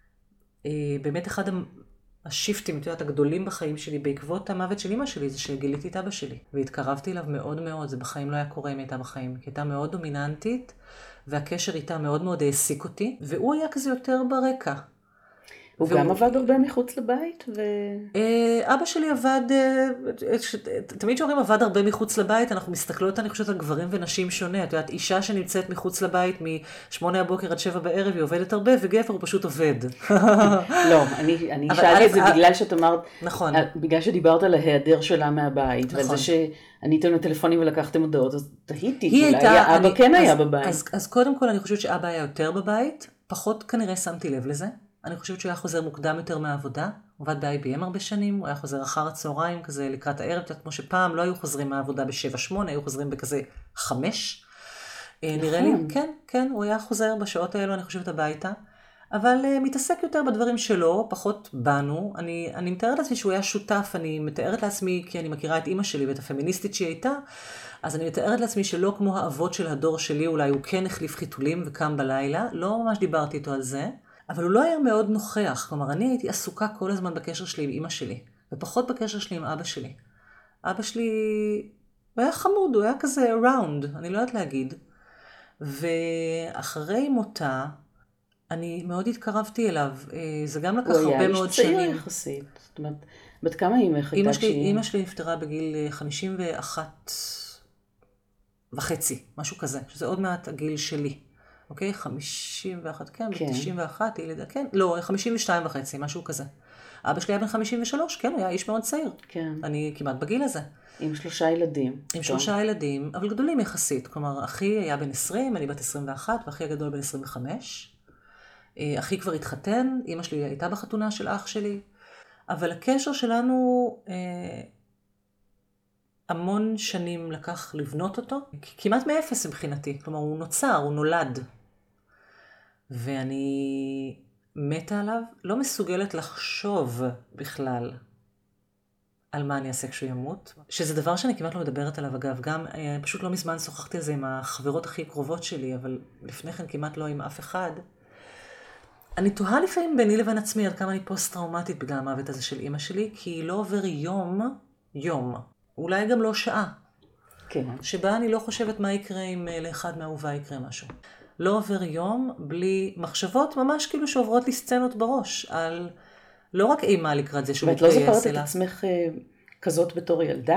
באמת אחד השיפטים, את יודעת, הגדולים בחיים שלי, בעקבות המוות של אמא שלי, זה שגיליתי את אבא שלי, והתקרבתי אליו מאוד מאוד, זה בחיים לא היה קורה אם הייתה בחיים, כי הייתה מאוד דומיננטית, והקשר איתה מאוד מאוד העסיק אותי, והוא היה כזה יותר ברקע. הוא גם עבד הרבה מחוץ לבית? אבא שלי עבד, תמיד שאומרים עבד הרבה מחוץ לבית, אנחנו מסתכלות, אני חושבת, על גברים ונשים שונה. את יודעת, אישה שנמצאת מחוץ לבית משמונה הבוקר עד שבע בערב, היא עובדת הרבה, וגבר הוא פשוט עובד. לא, אני שאלתי את זה בגלל שאת אמרת, נכון. בגלל שדיברת על ההיעדר שלה מהבית, ועל זה שעניתם לטלפונים ולקחתם הודעות, אז תהיתי, אולי אבא כן היה בבית. אז קודם כל אני חושבת שאבא היה יותר בבית, פחות כנראה שמתי לב לזה. אני חושבת שהוא היה חוזר מוקדם יותר מהעבודה, הוא עבד ב-איי בי אם הרבה שנים, הוא היה חוזר אחר הצהריים, כזה לקראת הערב, כמו שפעם לא היו חוזרים מהעבודה ב-שבע שמונה, היו חוזרים בכזה חמש. נראה לי, כן, כן, הוא היה חוזר בשעות האלו, אני חושבת, הביתה, אבל מתעסק יותר בדברים שלו, פחות בנו. אני, אני מתארת לעצמי שהוא היה שותף, אני מתארת לעצמי, כי אני מכירה את אמא שלי ואת הפמיניסטית שהיא הייתה, אז אני מתארת לעצמי שלא כמו האבות של הדור שלי, אולי הוא כן החליף חיתולים וקם בלילה, לא ממש דיברתי איתו על זה. אבל הוא לא היה מאוד נוכח, כלומר, אני הייתי עסוקה כל הזמן בקשר שלי עם אמא שלי, ופחות בקשר שלי עם אבא שלי. אבא שלי, הוא היה חמוד, הוא היה כזה around, אני לא יודעת להגיד. ואחרי מותה, אני מאוד התקרבתי אליו, זה גם לקח הרבה מאוד שנים. הוא היה איש צעיר יחסית, זאת אומרת, בת כמה אימך הייתה כשהיא? אמא שלי נפטרה בגיל חמישים ואחת וחצי, משהו כזה, שזה עוד מעט הגיל שלי. אוקיי, חמישים ואחת, כן, ב-תשעים ואחת, כן, לא, חמישים ושתיים וחצי, משהו כזה. אבא שלי היה בן חמישים ושלוש, כן, הוא היה איש מאוד צעיר. כן. אני כמעט בגיל הזה. עם שלושה ילדים. עם שלושה ילדים, אבל גדולים יחסית. כלומר, אחי היה בן עשרים, אני בת עשרים ואחת, ואחי הגדול בן עשרים וחמש. אחי כבר התחתן, אמא שלי הייתה בחתונה של אח שלי, אבל הקשר שלנו אה, המון שנים לקח לבנות אותו, כמעט מאפס מבחינתי. כלומר, הוא נוצר, הוא נולד. ואני מתה עליו, לא מסוגלת לחשוב בכלל על מה אני אעשה כשהוא ימות, שזה דבר שאני כמעט לא מדברת עליו אגב, גם פשוט לא מזמן שוחחתי על זה עם החברות הכי קרובות שלי, אבל לפני כן כמעט לא עם אף אחד. אני תוהה לפעמים ביני לבין עצמי עד כמה אני פוסט-טראומטית בגלל המוות הזה של אמא שלי, כי לא עובר יום, יום, אולי גם לא שעה, כן. שבה אני לא חושבת מה יקרה אם לאחד מהאהובה יקרה משהו. לא עובר יום בלי מחשבות ממש כאילו שעוברות לי סצנות בראש, על לא רק אימה לקראת זה שהוא מתגייס אלא. ואת לא זוכרת את עצמך כזאת בתור ילדה?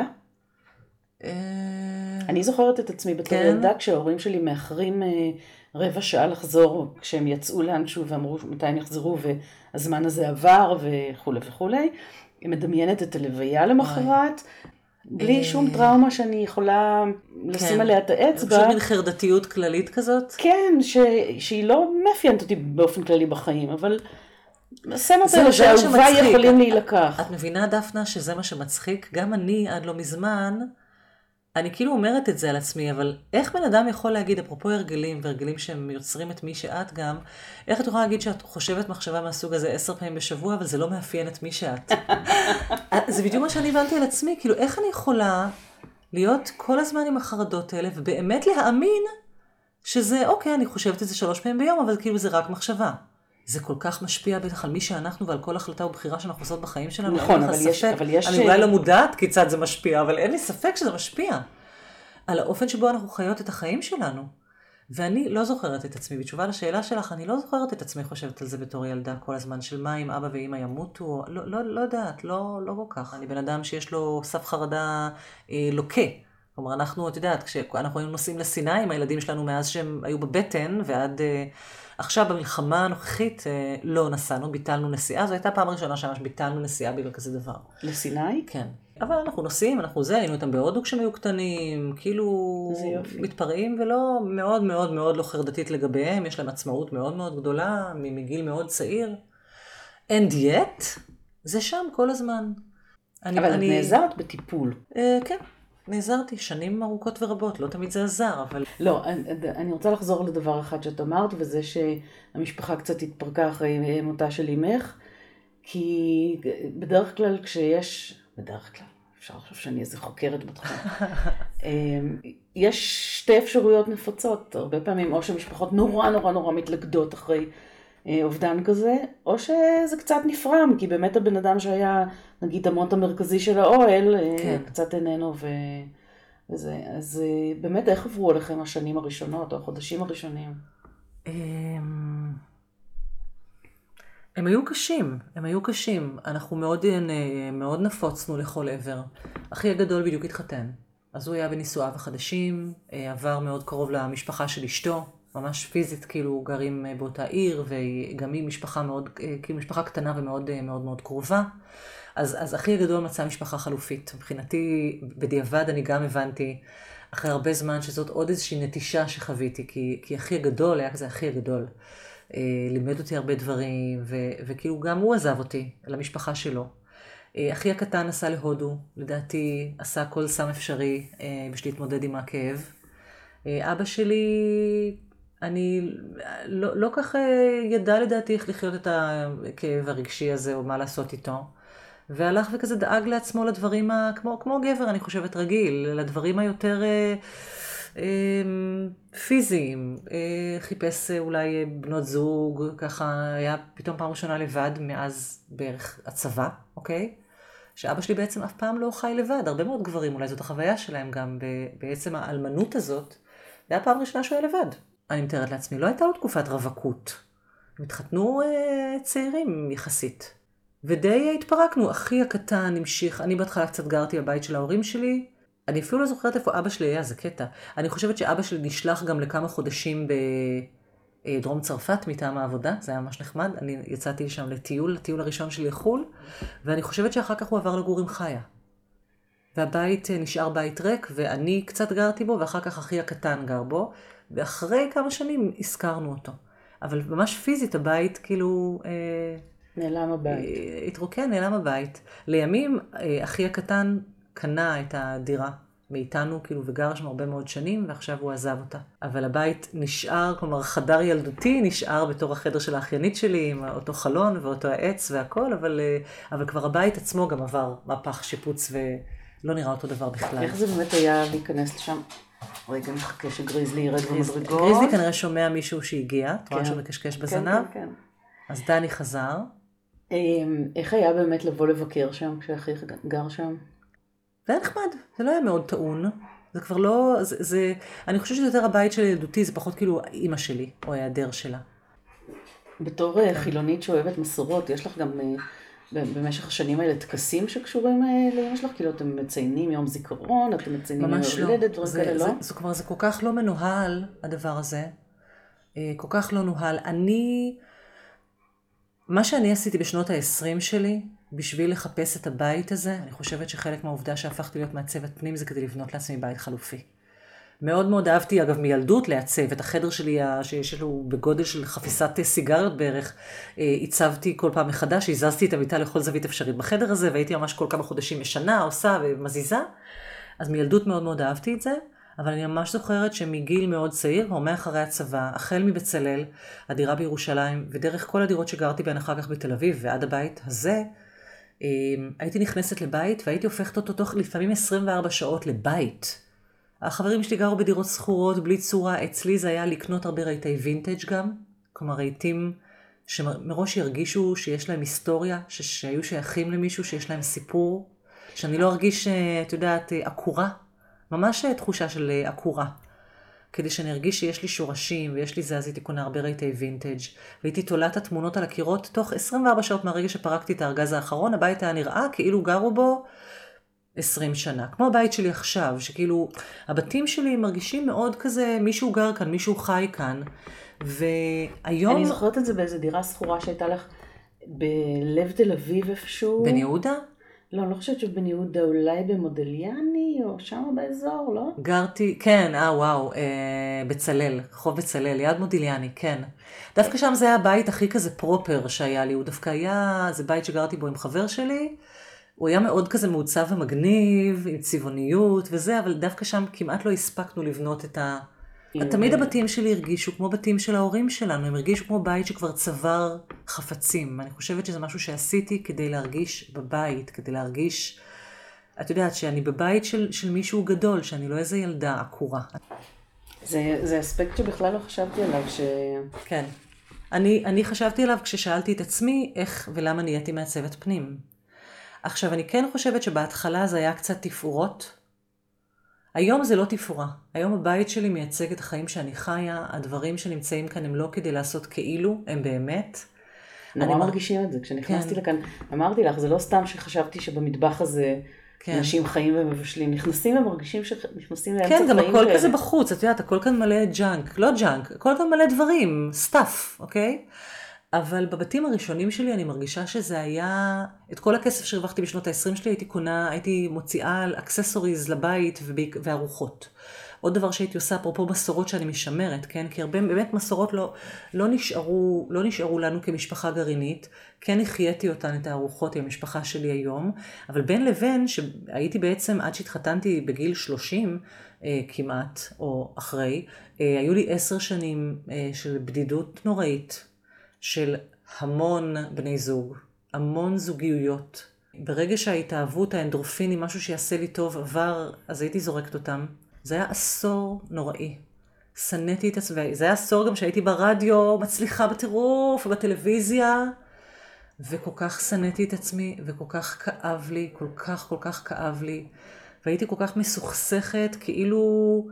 אני זוכרת את עצמי בתור ילדה כשההורים שלי מאחרים רבע שעה לחזור, כשהם יצאו לאנשהו ואמרו מתי הם יחזרו והזמן הזה עבר וכו' וכו'. היא מדמיינת את הלוויה למחרת, בלי שום טראומה שאני יכולה לשים עליה את האצבע. פשוט מין חרדתיות כללית כזאת? כן, שהיא לא מאפיינת אותי באופן כללי בחיים, אבל סצנות האלה שהאהובה יכולים להילקח. את מבינה, דפנה, שזה מה שמצחיק? גם אני עד לא מזמן, אני כאילו אומרת את זה על עצמי, אבל איך בן אדם יכול להגיד, אפרופו הרגלים, והרגלים שהם יוצרים את מי שאת גם, איך את יכולה להגיד שאת חושבת מחשבה מהסוג הזה עשר פעמים בשבוע, אבל זה לא מאפיין את מי שאת? זה בדיוק מה שאני הבנתי על עצמי, כאילו איך אני יכולה להיות כל הזמן עם החרדות האלה, ובאמת להאמין שזה, אוקיי, אני חושבת את זה שלוש פעמים ביום, אבל כאילו זה רק מחשבה. זה כל כך משפיע בטח על מי שאנחנו ועל כל החלטה ובחירה שאנחנו עושות בחיים שלנו. נכון, אבל יש, אבל יש... אני אולי לא מודעת כיצד זה משפיע, אבל אין לי ספק שזה משפיע על האופן שבו אנחנו חיות את החיים שלנו. ואני לא זוכרת את עצמי, בתשובה לשאלה שלך, אני לא זוכרת את עצמי חושבת על זה בתור ילדה כל הזמן, של מה אם אבא ואמא ימותו, לא, לא, לא יודעת, לא, לא כל כך. אני בן אדם שיש לו סף חרדה אה, לוקה. כלומר, אנחנו, את יודעת, כשאנחנו היינו נוסעים לסיני עם הילדים שלנו מאז שהם היו בבטן, ועד אה, עכשיו במלחמה הנוכחית אה, לא נסענו, ביטלנו נסיעה. זו הייתה פעם ראשונה שממש ביטלנו נסיעה בגלל כזה דבר. לסיני? כן. אבל אנחנו נוסעים, אנחנו זה, היינו איתם בהודו כשהם היו קטנים, כאילו מתפרעים ולא מאוד מאוד מאוד לא חרדתית לגביהם, יש להם עצמאות מאוד מאוד גדולה, מגיל מאוד צעיר. And yet, זה שם כל הזמן. אני, אבל אני... נעזרת בטיפול. אה, כן, נעזרתי שנים ארוכות ורבות, לא תמיד זה עזר, אבל... לא, אני, אני רוצה לחזור לדבר אחד שאת אמרת, וזה שהמשפחה קצת התפרקה אחרי מותה של אמך, כי בדרך כלל כשיש... בדרך כלל, אפשר לחשוב שאני איזה חוקרת בתחום. יש שתי אפשרויות נפוצות, הרבה פעמים, או שמשפחות נורא נורא נורא מתלכדות אחרי אובדן כזה, או שזה קצת נפרם, כי באמת הבן אדם שהיה, נגיד, המוט המרכזי של האוהל, כן. קצת איננו ו... וזה. אז באמת, איך עברו עליכם השנים הראשונות, או החודשים הראשונים? הם היו קשים, הם היו קשים. אנחנו מאוד, מאוד נפוצנו לכל עבר. אחי הגדול בדיוק התחתן. אז הוא היה בנישואיו החדשים, עבר מאוד קרוב למשפחה של אשתו, ממש פיזית, כאילו גרים באותה עיר, וגם היא משפחה מאוד, כאילו משפחה קטנה ומאוד מאוד מאוד קרובה. אז, אז אחי הגדול מצא משפחה חלופית. מבחינתי, בדיעבד אני גם הבנתי, אחרי הרבה זמן, שזאת עוד איזושהי נטישה שחוויתי, כי, כי אחי הגדול היה כזה אחי הגדול. לימד אותי הרבה דברים, ו- וכאילו גם הוא עזב אותי למשפחה שלו. אחי הקטן נסע להודו, לדעתי עשה כל סם אפשרי בשביל להתמודד עם הכאב. אבא שלי, אני לא, לא כך ידע לדעתי איך לחיות את הכאב הרגשי הזה, או מה לעשות איתו. והלך וכזה דאג לעצמו לדברים, ה- כמו, כמו גבר, אני חושבת רגיל, לדברים היותר... פיזיים, חיפש אולי בנות זוג, ככה היה פתאום פעם ראשונה לבד מאז בערך הצבא, אוקיי? שאבא שלי בעצם אף פעם לא חי לבד, הרבה מאוד גברים, אולי זאת החוויה שלהם גם, בעצם האלמנות הזאת, זה היה פעם ראשונה שהוא היה לבד. אני מתארת לעצמי, לא הייתה לו תקופת רווקות. הם התחתנו אה, צעירים יחסית. ודי התפרקנו, אחי הקטן המשיך, אני בהתחלה קצת גרתי בבית של ההורים שלי, אני אפילו לא זוכרת איפה אבא שלי היה, זה קטע. אני חושבת שאבא שלי נשלח גם לכמה חודשים בדרום צרפת מטעם העבודה, זה היה ממש נחמד. אני יצאתי שם לטיול, לטיול הראשון שלי לחול, ואני חושבת שאחר כך הוא עבר לגור עם חיה. והבית נשאר בית ריק, ואני קצת גרתי בו, ואחר כך אחי הקטן גר בו, ואחרי כמה שנים הזכרנו אותו. אבל ממש פיזית הבית כאילו... נעלם הבית. התרוקן, נעלם הבית. לימים אחי הקטן... קנה את הדירה מאיתנו, כאילו, וגר שם הרבה מאוד שנים, ועכשיו הוא עזב אותה. אבל הבית נשאר, כלומר, חדר ילדותי נשאר בתור החדר של האחיינית שלי, עם אותו חלון ואותו העץ והכל, אבל, אבל כבר הבית עצמו גם עבר מהפך שיפוץ, ולא נראה אותו דבר בכלל. איך זה באמת היה להיכנס לשם? רגע, נחכה שגריזלי ירד במדרגות. גריזלי כנראה שומע מישהו שהגיע, את רואה שהוא מקשקש בזנב. כן, כן. אז דני חזר. איך היה באמת לבוא לבקר שם, כשאחי גר שם? זה היה נחמד, זה לא היה מאוד טעון, זה כבר לא, זה, זה, אני חושבת שזה יותר הבית של ילדותי, זה פחות כאילו אמא שלי, או ההיעדר שלה. בתור כן. חילונית שאוהבת מסורות, יש לך גם במשך השנים האלה טקסים שקשורים לאמא שלך? כאילו אתם מציינים יום זיכרון, אתם מציינים יום הולדת, דברים כאלה, לא? זה, זה, כלומר, זה כל כך לא מנוהל, הדבר הזה, כל כך לא נוהל. אני, מה שאני עשיתי בשנות ה-עשרים שלי, בשביל לחפש את הבית הזה, אני חושבת שחלק מהעובדה שהפכתי להיות מעצבת פנים, זה כדי לבנות לעצמי בית חלופי. מאוד מאוד אהבתי, אגב, מילדות לעצב, את החדר שלי, שיש לו בגודל של חפיסת סיגריות בערך, הצבתי כל פעם מחדש, הזזתי את המיטה לכל זווית אפשרית בחדר הזה, והייתי ממש כל כמה חודשים בשנה, עושה ומזיזה, אז מילדות מאוד מאוד אהבתי את זה, אבל אני ממש זוכרת שמגיל מאוד צעיר, או מאחרי הצבא, החל מבצלאל, הדירה בירושלים, ודרך כל הדירות שגרתי בהן אחר כך בתל אביב, ועד הבית הזה, הייתי נכנסת לבית, והייתי הופכת אותו תוך לפעמים עשרים וארבע שעות לבית. החברים שלי גרו בדירות סחורות, בלי צורה, אצלי זה היה לקנות הרבה רהיטי וינטג' גם, כלומר רהיטים שמראש ירגישו שיש להם היסטוריה, שהיו שייכים למישהו, שיש להם סיפור, שאני לא ארגיש, את יודעת, עקורה, ממש תחושה של עקורה. כדי שאני ארגיש שיש לי שורשים, ויש לי זה, אז הייתי קונה הרבה רהיטי וינטג', והייתי תולה את התמונות על הקירות, תוך עשרים וארבע שעות מהרגע שפרקתי את הארגז האחרון, הבית היה נראה כאילו גרו בו עשרים שנה. כמו הבית שלי עכשיו, שכאילו, הבתים שלי מרגישים מאוד כזה, מישהו גר כאן, מישהו חי כאן, והיום... אני זוכרת את זה באיזו דירה סחורה שהייתה לך בלב תל אביב איפשהו. בן יהודה? לא, אני לא חושבת שבן יהודה, אולי במודליאני, או שם באזור, לא? גרתי, כן, אה וואו, אה, בצלל, חוב בצלל, ליד מודיליאני, כן. דווקא שם זה היה הבית הכי כזה פרופר שהיה לי, הוא דווקא היה, זה בית שגרתי בו עם חבר שלי, הוא היה מאוד כזה מעוצב ומגניב, עם צבעוניות וזה, אבל דווקא שם כמעט לא הספקנו לבנות את ה... תמיד הבתים שלי הרגישו כמו בתים של ההורים שלנו, הם הרגישו כמו בית שכבר צבר חפצים. אני חושבת שזה משהו שעשיתי כדי להרגיש בבית, כדי להרגיש, את יודעת, שאני בבית של, של מישהו גדול, שאני לא איזה ילדה עקורה. זה, זה אספקט שבכלל לא חשבתי עליו ש... כן. אני, אני חשבתי עליו כששאלתי את עצמי איך ולמה נהייתי מעצבת פנים. עכשיו, אני כן חושבת שבהתחלה זה היה קצת תפאורות, היום זה לא תפאורה. היום הבית שלי מייצג את החיים שאני חיה, הדברים שנמצאים כאן הם לא כדי לעשות כאילו, הם באמת. נורא אני מרגישים את זה. כשנכנסתי כן. לכאן, אמרתי לך, זה לא סתם שחשבתי שבמטבח הזה כן. אנשים חיים ומבשלים. נכנסים ומרגישים שנכנסים לאמצע כן, חיים. גם הכל כאלה. כזה בחוץ, את יודעת, הכל כאן מלא ג'אנק, לא ג'אנק, הכל כאן מלא דברים, סטאפ, אוקיי? אבל בבתים הראשונים שלי אני מרגישה שזה היה, את כל הכסף שהרווחתי בשנות ה-עשרים שלי הייתי קונה, הייתי מוציאה על אקססוריז לבית וארוחות. עוד דבר שהייתי עושה, אפרופו מסורות שאני משמרת, כן? כי הרבה באמת מסורות לא, לא נשארו, לא נשארו לנו כמשפחה גרעינית, כן החייתי אותן את הארוחות עם המשפחה שלי היום, אבל בין לבין, שהייתי בעצם עד שהתחתנתי בגיל שלושים אה, כמעט, או אחרי, אה, היו לי עשר שנים אה, של בדידות נוראית, של המון בני זוג, המון זוגיות. ברגע שההתאהבות, האנדרופינים, משהו שיעשה לי טוב עבר, אז הייתי זורקת אותם. זה היה עשור נוראי. סניתי את עצמי. זה היה עשור גם שהייתי ברדיו, מצליחה בטירוף, בטלוויזיה, וכל כך סניתי את עצמי, וכל כך כאב לי, כל כך כל כך כאב לי. והייתי כל כך מסוכסכת, כאילו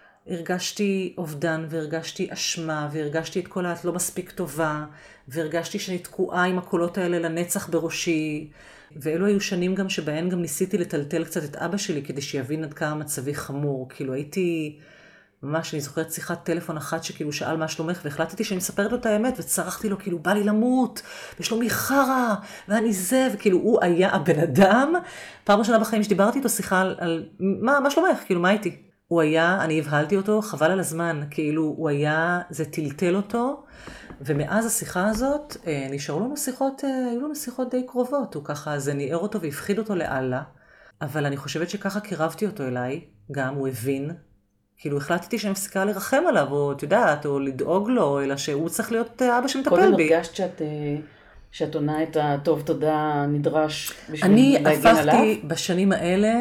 הרגשתי אובדן, והרגשתי אשמה, והרגשתי את כל האת לא מספיק טובה, והרגשתי שאני תקועה עם הקולות האלה לנצח בראשי. ואלו היו שנים גם שבהן גם ניסיתי לטלטל קצת את אבא שלי, כדי שיבין עד כמה מצבי חמור. כאילו הייתי, ממש, אני זוכרת שיחת טלפון אחת שכאילו שאל מה שלומך, והחלטתי שאני מספרת לו את האמת, וצרחתי לו כאילו, בא לי למות, ושלומי חרה, ואני זה, וכאילו הוא היה הבן אדם. פעם ראשונה בחיים שדיברתי איתו שיחה על, על מה, מה שלומך, כאילו, מה איתי? הוא היה, אני הבהלתי אותו, חבל על הזמן, כאילו הוא היה, זה טלטל אותו, ומאז השיחה הזאת, נשארו לנו שיחות, היו לנו שיחות די קרובות, הוא ככה, זה ניער אותו והפחיד אותו לאללה, אבל אני חושבת שככה קירבתי אותו אליי, גם הוא הבין, כאילו החלטתי שאני מפסיקה לרחם עליו, או את יודעת, או לדאוג לו, אלא שהוא צריך להיות אבא שמטפל בי. קודם הרגשת שאת, שאת עונה את הטוב תודה נדרש בשביל אני להגן עליו? אני הפכתי בשנים האלה,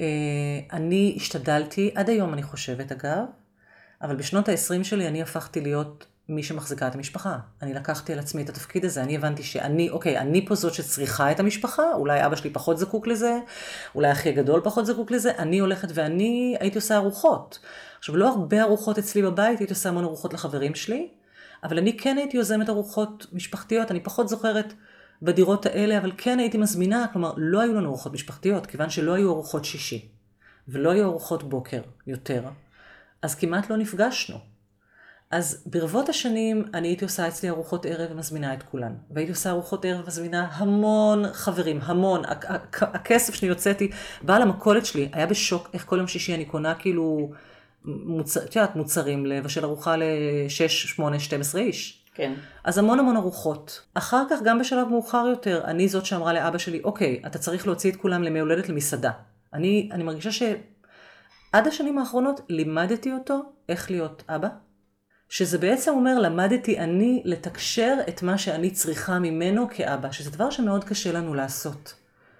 אני השתדלתי, עד היום אני חושבת אגב, אבל בשנות ה-עשרים שלי אני הפכתי להיות מי שמחזיקה את המשפחה. אני לקחתי על עצמי את התפקיד הזה, אני הבנתי שאני, אוקיי, אני פה זאת שצריכה את המשפחה, אולי אבא שלי פחות זקוק לזה, אולי אחי הגדול פחות זקוק לזה, אני הולכת ואני הייתי עושה ארוחות. עכשיו, לא הרבה ארוחות אצלי בבית, הייתי עושה המון ארוחות לחברים שלי, אבל אני כן הייתי יוזמת ארוחות משפחתיות, אני פחות זוכרת בדירות האלה, אבל כן הייתי מזמינה, כלומר, לא היו לנו ארוחות משפחתיות, כיוון שלא היו ארוחות שישי, ולא היו ארוחות בוקר יותר, אז כמעט לא נפגשנו. אז ברבות השנים אני הייתי עושה אצלי ארוחות ערב ומזמינה את כולן. והייתי עושה ארוחות ערב ומזמינה המון חברים, המון. הכסף שאני יוצאתי, בעל המכולת שלי היה בשוק איך כל יום שישי אני קונה כאילו מוצר, תיאת, מוצרים לבשל ארוחה ל-שש, שמונה, שתים עשרה איש. כן. אז המון המון ארוחות. אחר כך גם בשלב מאוחר יותר, אני זאת שאמרה לאבא שלי, אוקיי, אתה צריך להוציא את כולם למי הולדת למסעדה. אני, אני מרגישה שעד השנים האחרונות לימדתי אותו איך להיות אבא. שזה בעצם אומר, למדתי אני לתקשר את מה שאני צריכה ממנו כאבא, שזה דבר שמאוד קשה לנו לעשות.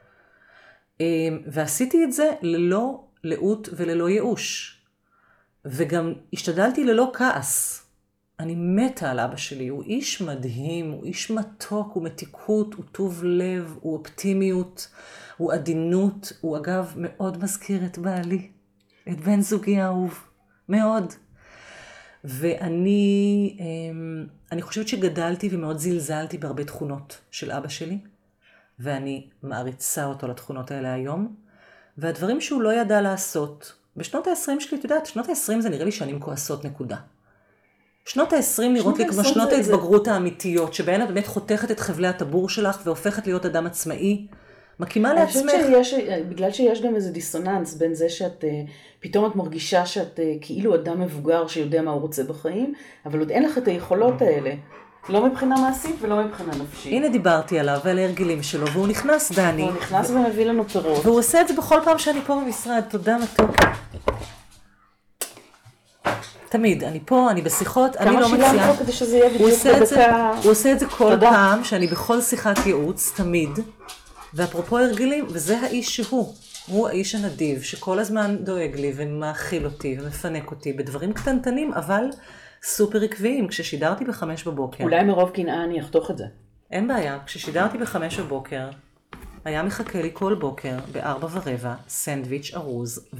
ועשיתי את זה ללא לאות וללא ייאוש. וגם השתדלתי ללא כעס. אני מתה על אבא שלי, הוא איש מדהים, הוא איש מתוק, הוא מתיקות, הוא טוב לב, הוא אופטימיות, הוא עדינות, הוא אגב מאוד מזכיר את בעלי, את בן זוגי האהוב, מאוד. ואני אני חושבת שגדלתי ומאוד זלזלתי בהרבה תכונות של אבא שלי, ואני מעריצה אותו לתכונות האלה היום, והדברים שהוא לא ידע לעשות, בשנות ה-עשרים שלי, אתה יודעת, שנות ה-עשרים זה נראה לי שנים כועסות נקודה. שנות ה-עשרים נראות לי כמו שנות ההתבגרות האמיתיות, שבהן את באמת חותכת את חבלי הטבור שלך והופכת להיות אדם עצמאי, מקימה לעצמך. אני חושבת שבגלל שיש גם איזה דיסוננס בין זה שאת, פתאום את מרגישה שאת כאילו אדם מבוגר שיודע מה הוא רוצה בחיים, אבל עוד אין לך את היכולות האלה, לא מבחינה מעשית ולא מבחינה נפשית. הנה דיברתי עליו ועל ההרגלים שלו, והוא נכנס, דני. הוא נכנס ומביא לנו פירות. והוא עושה את זה בכל פעם שאני פה במשרד, תודה מתוק. תמיד, אני פה, אני בשיחות, אני לא מציעה. כמה שילמת כדי שזה יהיה בדיוק בדקה? הוא עושה את זה כל פעם, שאני בכל שיחת ייעוץ, תמיד. ואפרופו הרגלים, וזה האיש שהוא. הוא האיש הנדיב, שכל הזמן דואג לי ומאכיל אותי ומפנק אותי בדברים קטנטנים, אבל סופר עקביים. כששידרתי בחמש בבוקר. אולי מרוב קנאה אני אחתוך את זה. אין בעיה, כששידרתי בחמש בבוקר, היה מחכה לי כל בוקר, בארבע ורבע, סנדוויץ' ארוז,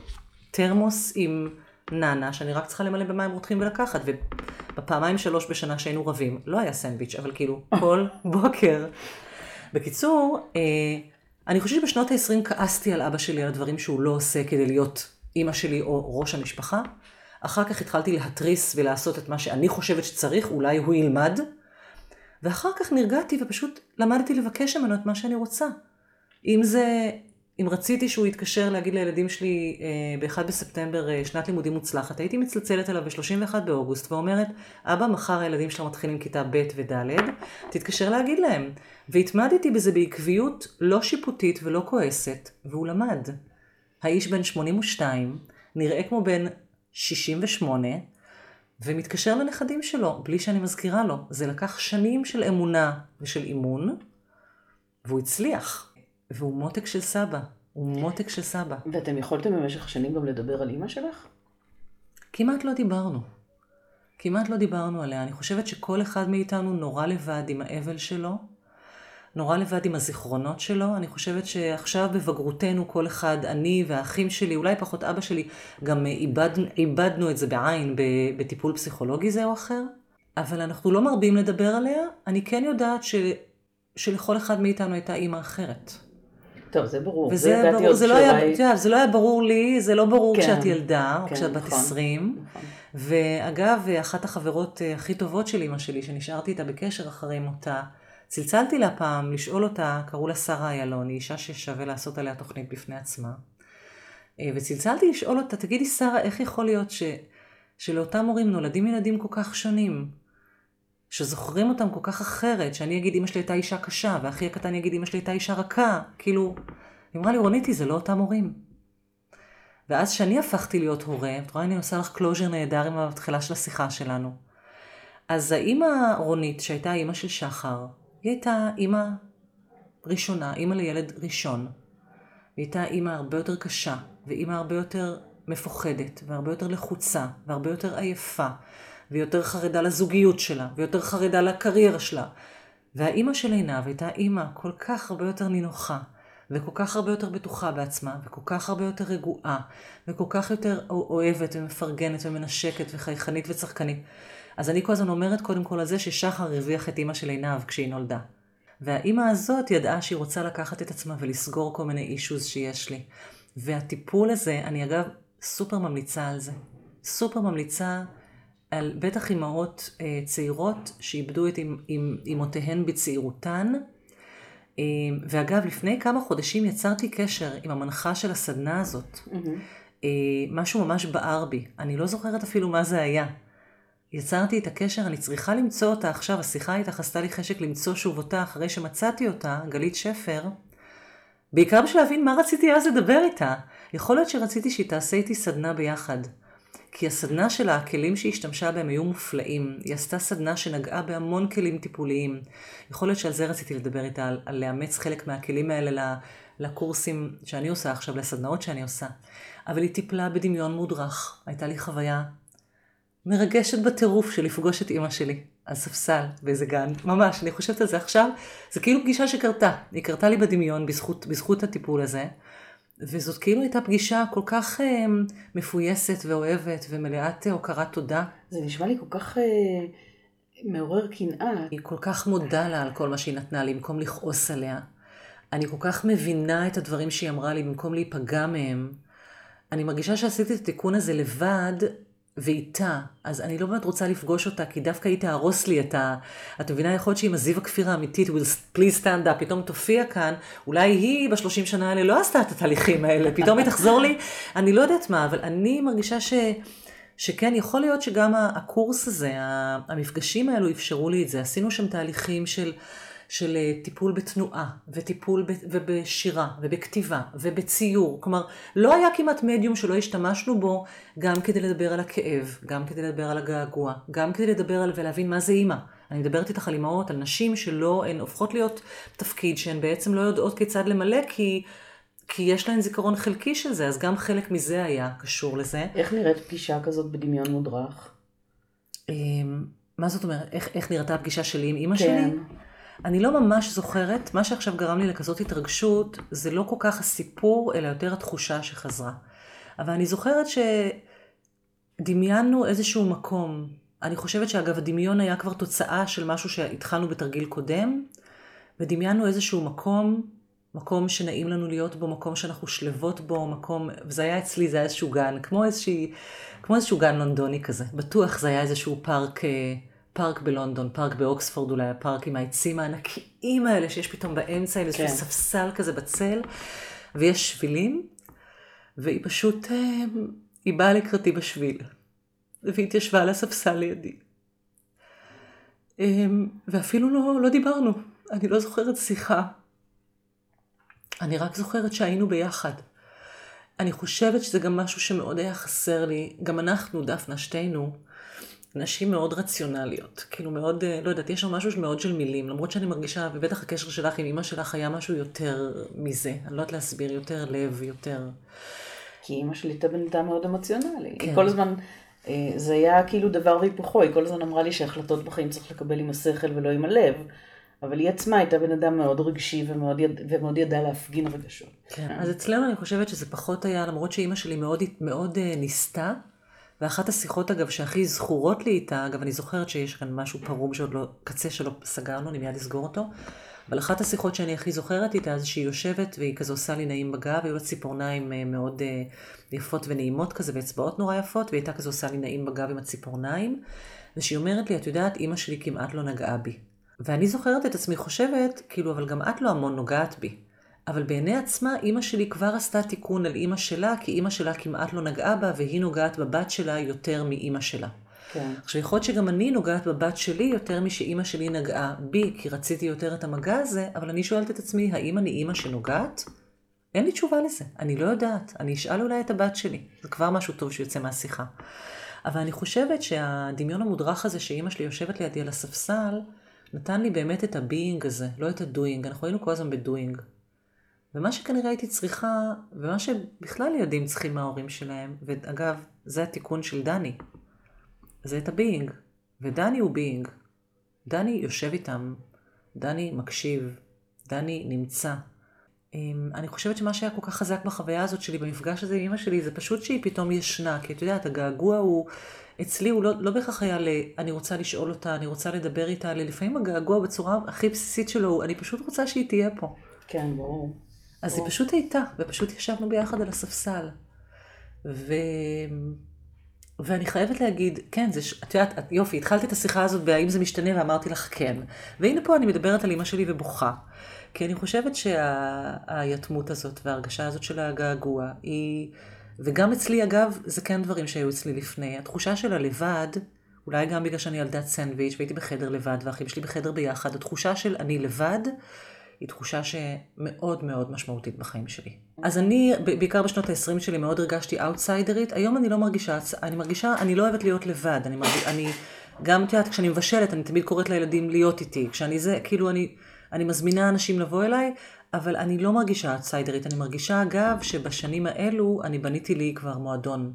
וטרמוס עם ננה, שאני רק צריכה למלא במים רותחים ולקחת, ובפעמיים שלוש בשנה שהיינו רבים, לא היה סנדוויץ', אבל כאילו, כל בוקר. בקיצור, אני חושבת שבשנות ה-עשרים כעסתי על אבא שלי, על הדברים שהוא לא עושה כדי להיות אמא שלי או ראש המשפחה. אחר כך התחלתי להתריס ולעשות את מה שאני חושבת שצריך, אולי הוא ילמד. ואחר כך נרגעתי ופשוט למדתי לבקש ממנו את מה שאני רוצה. אם זה, אם רציתי שהוא יתקשר להגיד לילדים שלי ב-אחד בספטמבר שנת לימודים מוצלחת, הייתי מצלצלת עליו ב-שלושים ואחד באוגוסט ואומרת, אבא, מחר הילדים שלנו מתחילים כיתה ב' וד', תתקשר להגיד להם. והתמדתי בזה בעקביות לא שיפוטית ולא כועסת, והוא למד. האיש בן שמונים ושתיים, נראה כמו בן שישים ושמונה, ומתקשר לנכדים שלו, בלי שאני מזכירה לו. זה לקח שנים של אמונה ושל אימון, והוא הצליח. והוא מותק של סבא. הוא מותק של סבא. ואתם יכולתם במשך השנים גם לדבר על אמא שלך? כמעט לא דיברנו. כמעט לא דיברנו עליה. אני חושבת שכל אחד מאיתנו נורא לבד עם האבל שלו, נורא לבד עם הזיכרונות שלו. אני חושבת שעכשיו בבגרותנו כל אחד, אני והאחים שלי, אולי פחות אבא שלי, גם איבד, איבדנו את זה בעין בטיפול פסיכולוגי זה או אחר. אבל אנחנו לא מרבים לדבר עליה. אני כן יודעת ש, שלכל אחד מאיתנו הייתה אימא אחרת. טוב, זה ברור. וזה זה ברור, זה, לא היה, היא... זה לא היה ברור לי, זה לא ברור כן, כשאת ילדה, או כן, כשאת בת נכון, עשרים. נכון. ואגב, אחת החברות הכי טובות של אמא שלי, שנשארתי איתה בקשר אחרי מותה, צלצלתי לה פעם לשאול אותה, קראו לה שרה איילון, היא אישה ששווה לעשות עליה תוכנית בפני עצמה. וצלצלתי לשאול אותה, תגידי שרה, איך יכול להיות ש... שלאותם הורים נולדים ילדים כל כך שונים, שזוכרים אותם כל כך אחרת, שאני אגיד אמא שלי הייתה אישה קשה, ואחי הקטן יגיד אמא שלי הייתה אישה רכה, כאילו, היא אמרה לי, רוניתי, זה לא אותם הורים. ואז שאני הפכתי להיות הורה, את רואה, אני עושה לך קלוז'ר נהדר עם התחילה של השיחה שלנו. אז האמא רונית, שהייתה האמא של שחר, היא הייתה אמא ראשונה, אמא לילד ראשון. היא הייתה אמא הרבה יותר קשה, ואמא הרבה יותר מפוחדת, והרבה יותר לחוצה, והרבה יותר עייפה, ויותר חרדה לזוגיות שלה, ויותר חרדה לקריירה שלה. והאמא של עינב הייתה אמא כל כך הרבה יותר נינוחה, וכל כך הרבה יותר בטוחה בעצמה, וכל כך הרבה יותר רגועה, וכל כך יותר אוהבת ומפרגנת ומנשקת וחייכנית וצחקנית. אז אני כל הזמן אומרת קודם כל על זה ששחר הרוויח את אמא של עינב כשהיא נולדה. והאמא הזאת ידעה שהיא רוצה לקחת את עצמה ולסגור כל מיני אישוז שיש לי. והטיפול הזה, אני אגב סופר ממליצה על זה. סופר ממליצה על בטח אימהות אה, צעירות שאיבדו את אימותיהן בצעירותן. אה, ואגב, לפני כמה חודשים יצרתי קשר עם המנחה של הסדנה הזאת. Mm-hmm. אה, משהו ממש בער בי. אני לא זוכרת אפילו מה זה היה. יצרתי את הקשר, אני צריכה למצוא אותה עכשיו, השיחה איתך עשתה לי חשק למצוא שוב אותה אחרי שמצאתי אותה, גלית שפר, בעיקר בשביל להבין מה רציתי אז לדבר איתה. יכול להיות שרציתי שהיא תעשה איתי סדנה ביחד. כי הסדנה שלה, הכלים שהיא השתמשה בהם היו מופלאים. היא עשתה סדנה שנגעה בהמון כלים טיפוליים. יכול להיות שעל זה רציתי לדבר איתה, על, על לאמץ חלק מהכלים האלה לקורסים שאני עושה עכשיו, לסדנאות שאני עושה. אבל היא טיפלה בדמיון מודרך. הייתה לי חוויה מרגשת בטירוף של לפגוש את אמא שלי על ספסל באיזה גן. ממש, אני חושבת על זה עכשיו. זה כאילו פגישה שקרתה. היא קרתה לי בדמיון בזכות, בזכות הטיפול הזה. וזאת כאילו הייתה פגישה כל כך אה, מפויסת ואוהבת ומלאת הוקרת תודה. זה נשמע לי כל כך אה, מעורר קנאה. היא כל כך מודה לה על כל מה שהיא נתנה לי, במקום לכעוס עליה. אני כל כך מבינה את הדברים שהיא אמרה לי, במקום להיפגע מהם. אני מרגישה שעשיתי את התיקון הזה לבד ואיתה, אז אני לא באמת רוצה לפגוש אותה, כי דווקא היא תהרוס לי את ה... את מבינה, יכול להיות שהיא מזיו הכפיר האמיתית, will please stand up, פתאום תופיע כאן, אולי היא בשלושים שנה האלה לא עשתה את התהליכים האלה, פתאום היא תחזור לי, אני לא יודעת מה, אבל אני מרגישה ש... שכן, יכול להיות שגם הקורס הזה, המפגשים האלו אפשרו לי את זה, עשינו שם תהליכים של... של טיפול בתנועה, וטיפול ב, ובשירה, ובכתיבה, ובציור. כלומר, לא היה כמעט מדיום שלא השתמשנו בו, גם כדי לדבר על הכאב, גם כדי לדבר על הגעגוע, גם כדי לדבר על ולהבין מה זה אימא. אני מדברת איתך על אימהות, על נשים שלא, הן הופכות להיות תפקיד, שהן בעצם לא יודעות כיצד למלא, כי, כי יש להן זיכרון חלקי של זה, אז גם חלק מזה היה קשור לזה. איך נראית פגישה כזאת בדמיון מודרך? מה זאת אומרת? איך, איך נראתה הפגישה שלי עם אימא כן. שלי? אני לא ממש זוכרת, מה שעכשיו גרם לי לכזאת התרגשות, זה לא כל כך הסיפור, אלא יותר התחושה שחזרה. אבל אני זוכרת שדמיינו איזשהו מקום. אני חושבת שאגב, הדמיון היה כבר תוצאה של משהו שהתחלנו בתרגיל קודם, ודמיינו איזשהו מקום, מקום שנעים לנו להיות בו, מקום שאנחנו שלבות בו, מקום, וזה היה אצלי, זה היה איזשהו גן, כמו איזושהי, כמו איזשהו גן לונדוני כזה. בטוח זה היה איזשהו פארק, פארק בלונדון, פארק באוקספורד, אולי הפארק עם העצים הענקיים האלה, שיש פתאום באמצע, איזשהו כן. ספסל כזה בצל, ויש שבילים, והיא פשוט, היא באה לקראתי בשביל, והיא התיישבה על הספסל לידי. ואפילו לא, לא דיברנו, אני לא זוכרת שיחה, אני רק זוכרת שהיינו ביחד. אני חושבת שזה גם משהו שמאוד היה חסר לי, גם אנחנו, דפנה, שתינו, נשים מאוד רציונליות, כאילו מאוד, לא יודעת, יש שם משהו מאוד של מילים, למרות שאני מרגישה, ובטח הקשר שלך עם אמא שלך היה משהו יותר מזה, אני לא יודעת להסביר, יותר לב, יותר... כי אמא שלי הייתה בן אדם מאוד אמוציונלי, כן. היא כל הזמן, זה היה כאילו דבר והיפוכו, היא כל הזמן אמרה לי שהחלטות בחיים צריך לקבל עם השכל ולא עם הלב, אבל היא עצמה הייתה בן אדם מאוד רגשי ומאוד, יד... ומאוד ידע להפגין רגשות. כן, אז אצלנו אני חושבת שזה פחות היה, למרות שאמא שלי מאוד, מאוד ניסתה, ואחת השיחות אגב שהכי זכורות לי איתה, אגב אני זוכרת שיש כאן משהו פרום שעוד לא, קצה שלא סגרנו, אני מיד אסגור אותו, אבל אחת השיחות שאני הכי זוכרת איתה זה שהיא יושבת והיא כזה עושה לי נעים בגב, והיו לה ציפורניים מאוד יפות ונעימות כזה ואצבעות נורא יפות, והיא הייתה כזה עושה לי נעים בגב עם הציפורניים, ושהיא אומרת לי, את יודעת, אמא שלי כמעט לא נגעה בי. ואני זוכרת את עצמי חושבת, כאילו, אבל גם את לא המון נוגעת בי. אבל בעיני עצמה, אמא שלי כבר עשתה תיקון על אמא שלה, כי אמא שלה כמעט לא נגעה בה, והיא נוגעת בבת שלה יותר מאמא שלה. כן. עכשיו, יכול להיות שגם אני נוגעת בבת שלי יותר משאמא שלי נגעה בי, כי רציתי יותר את המגע הזה, אבל אני שואלת את עצמי, האם אני אמא שנוגעת? אין לי תשובה לזה, אני לא יודעת. אני אשאל אולי את הבת שלי. זה כבר משהו טוב שיוצא מהשיחה. אבל אני חושבת שהדמיון המודרך הזה, שאמא שלי יושבת לידי על הספסל, נתן לי באמת את הביינג הזה, לא את הדוינג. אנחנו היינו כל הזמן בדוינג. ומה שכנראה הייתי צריכה, ומה שבכלל ילדים צריכים מההורים שלהם, ואגב, זה התיקון של דני. זה את הביינג. ודני הוא ביינג. דני יושב איתם. דני מקשיב. דני נמצא. אני חושבת שמה שהיה כל כך חזק בחוויה הזאת שלי, במפגש הזה עם אמא שלי, זה פשוט שהיא פתאום ישנה. כי אתה יודעת, הגעגוע הוא, אצלי הוא לא, לא בהכרח היה ל... אני רוצה לשאול אותה, אני רוצה לדבר איתה, לפעמים הגעגוע בצורה הכי בסיסית שלו, אני פשוט רוצה שהיא תהיה פה. כן, ברור. אז ברור. היא פשוט הייתה, ופשוט ישבנו ביחד על הספסל. ו... ואני חייבת להגיד, כן, זה, את יודעת, יופי, התחלתי את השיחה הזאת בהאם זה משתנה, ואמרתי לך כן. והנה פה אני מדברת על אמא שלי ובוכה. כי אני חושבת שהיתמות הזאת וההרגשה הזאת של הגעגוע היא, וגם אצלי אגב, זה כן דברים שהיו אצלי לפני. התחושה של הלבד, אולי גם בגלל שאני ילדת סנדוויץ' והייתי בחדר לבד, והאחים שלי בחדר ביחד, התחושה של אני לבד, היא תחושה שמאוד מאוד משמעותית בחיים שלי. אז אני, בעיקר בשנות ה-עשרים שלי, מאוד הרגשתי אאוטסיידרית. היום אני לא מרגישה, אני מרגישה, אני לא אוהבת להיות לבד. אני, מרגיש, אני גם, תיאת, כשאני מבשלת, אני תמיד קוראת לילדים להיות איתי. כשאני זה, כאילו אני, אני מזמינה אנשים לבוא אליי, אבל אני לא מרגישה אאוטסיידרית. אני מרגישה, אגב, שבשנים האלו אני בניתי לי כבר מועדון.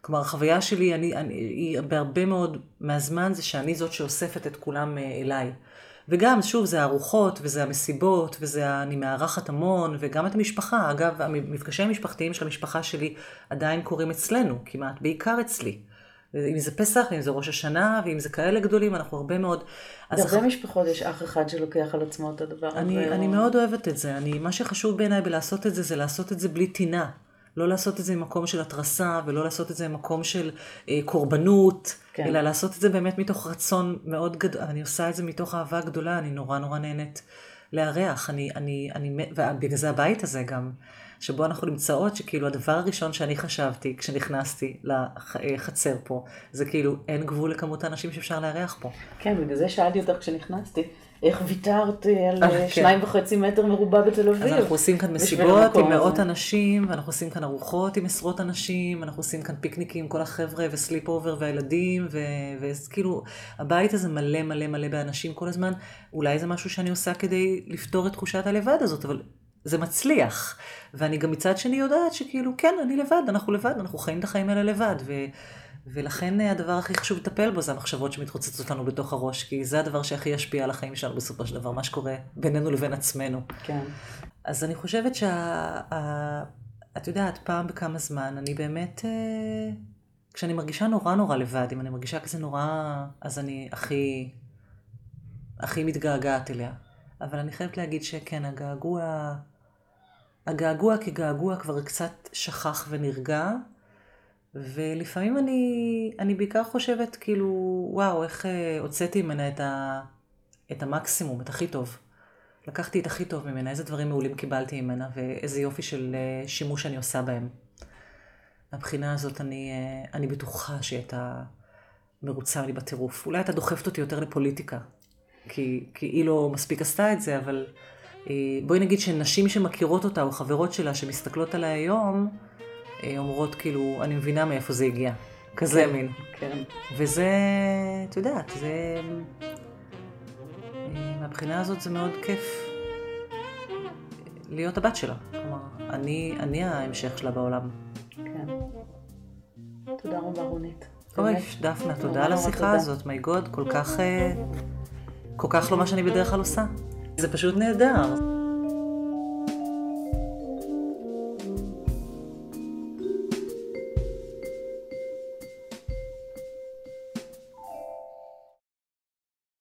כלומר, החוויה שלי אני, אני, היא בהרבה מאוד מהזמן זה שאני זאת שאוספת את כולם אליי. וגם, שוב, זה הארוחות, וזה המסיבות, וזה אני מארחת המון, וגם את המשפחה. אגב, המפגשים המשפחתיים של המשפחה שלי עדיין קורים אצלנו, כמעט, בעיקר אצלי. אם זה פסח, אם זה ראש השנה, ואם זה כאלה גדולים, אנחנו הרבה מאוד... בהרבה אח... משפחות יש אח אחד שלוקח על עצמו את הדבר הזה. אני, אני או... מאוד אוהבת את זה. אני, מה שחשוב בעיניי בלעשות את זה, זה לעשות את זה בלי טינה. לא לעשות את זה ממקום של התרסה, ולא לעשות את זה ממקום של אה, קורבנות, כן. אלא לעשות את זה באמת מתוך רצון מאוד גדול. אני עושה את זה מתוך אהבה גדולה, אני נורא נורא נהנית לארח. אני, אני, אני, ובגלל זה הבית הזה גם, שבו אנחנו נמצאות, שכאילו הדבר הראשון שאני חשבתי, כשנכנסתי לחצר פה, זה כאילו אין גבול לכמות האנשים שאפשר לארח פה. כן, בגלל זה שאלתי אותך כשנכנסתי, איך ויתרת על שניים וחצי מטר מרובע בתל אביב? אז אנחנו עושים כאן מסיבות עם מאות אנשים, ואנחנו עושים כאן ארוחות עם עשרות אנשים, אנחנו עושים כאן פיקניקים עם כל החבר'ה וסליפ אובר והילדים, וכאילו הבית הזה מלא מלא מלא באנשים כל הזמן. אולי זה משהו שאני עושה כדי לפתור את תחושת הלבד הזאת, אבל זה מצליח. ואני גם מצד שני יודעת שכאילו, כן, אני לבד, אנחנו לבד, אנחנו חיים את החיים האלה לבד, ו... ולכן הדבר הכי חשוב לטפל בו זה המחשבות שמתרוצצות לנו בתוך הראש, כי זה הדבר שהכי ישפיע על החיים שלנו בסופו של דבר, מה שקורה בינינו לבין עצמנו. כן. אז אני חושבת שה... ה... את יודעת, פעם בכמה זמן, אני באמת, כשאני מרגישה נורא נורא לבד, אם אני מרגישה כזה נורא, אז אני הכי, הכי מתגעגעת אליה. אבל אני חייבת להגיד שכן, הגעגוע, הגעגוע כגעגוע כבר קצת שכח ונרגע, ולפעמים אני, אני בעיקר חושבת כאילו, וואו, איך הוצאתי ממנה את, ה, את המקסימום, את הכי טוב. לקחתי את הכי טוב ממנה, איזה דברים מעולים קיבלתי ממנה, ואיזה יופי של שימוש אני עושה בהם. מהבחינה הזאת אני, אני בטוחה שהיא הייתה מרוצה לי בטירוף. אולי אתה דוחפת אותי יותר לפוליטיקה, כי, כי היא לא מספיק עשתה את זה, אבל בואי נגיד שנשים שמכירות אותה, או חברות שלה שמסתכלות עליה היום, אומרות כאילו, אני מבינה מאיפה זה הגיע. כזה כן, מין. כן. וזה, את יודעת, זה... מהבחינה הזאת זה מאוד כיף להיות הבת שלה. כלומר, אני, אני ההמשך שלה בעולם. כן. תודה רבה, רונית. אוי, דפנה, תודה על השיחה הזאת. מי גוד, כל כך, כל כך לא מה שאני בדרך כלל עושה. זה פשוט נהדר.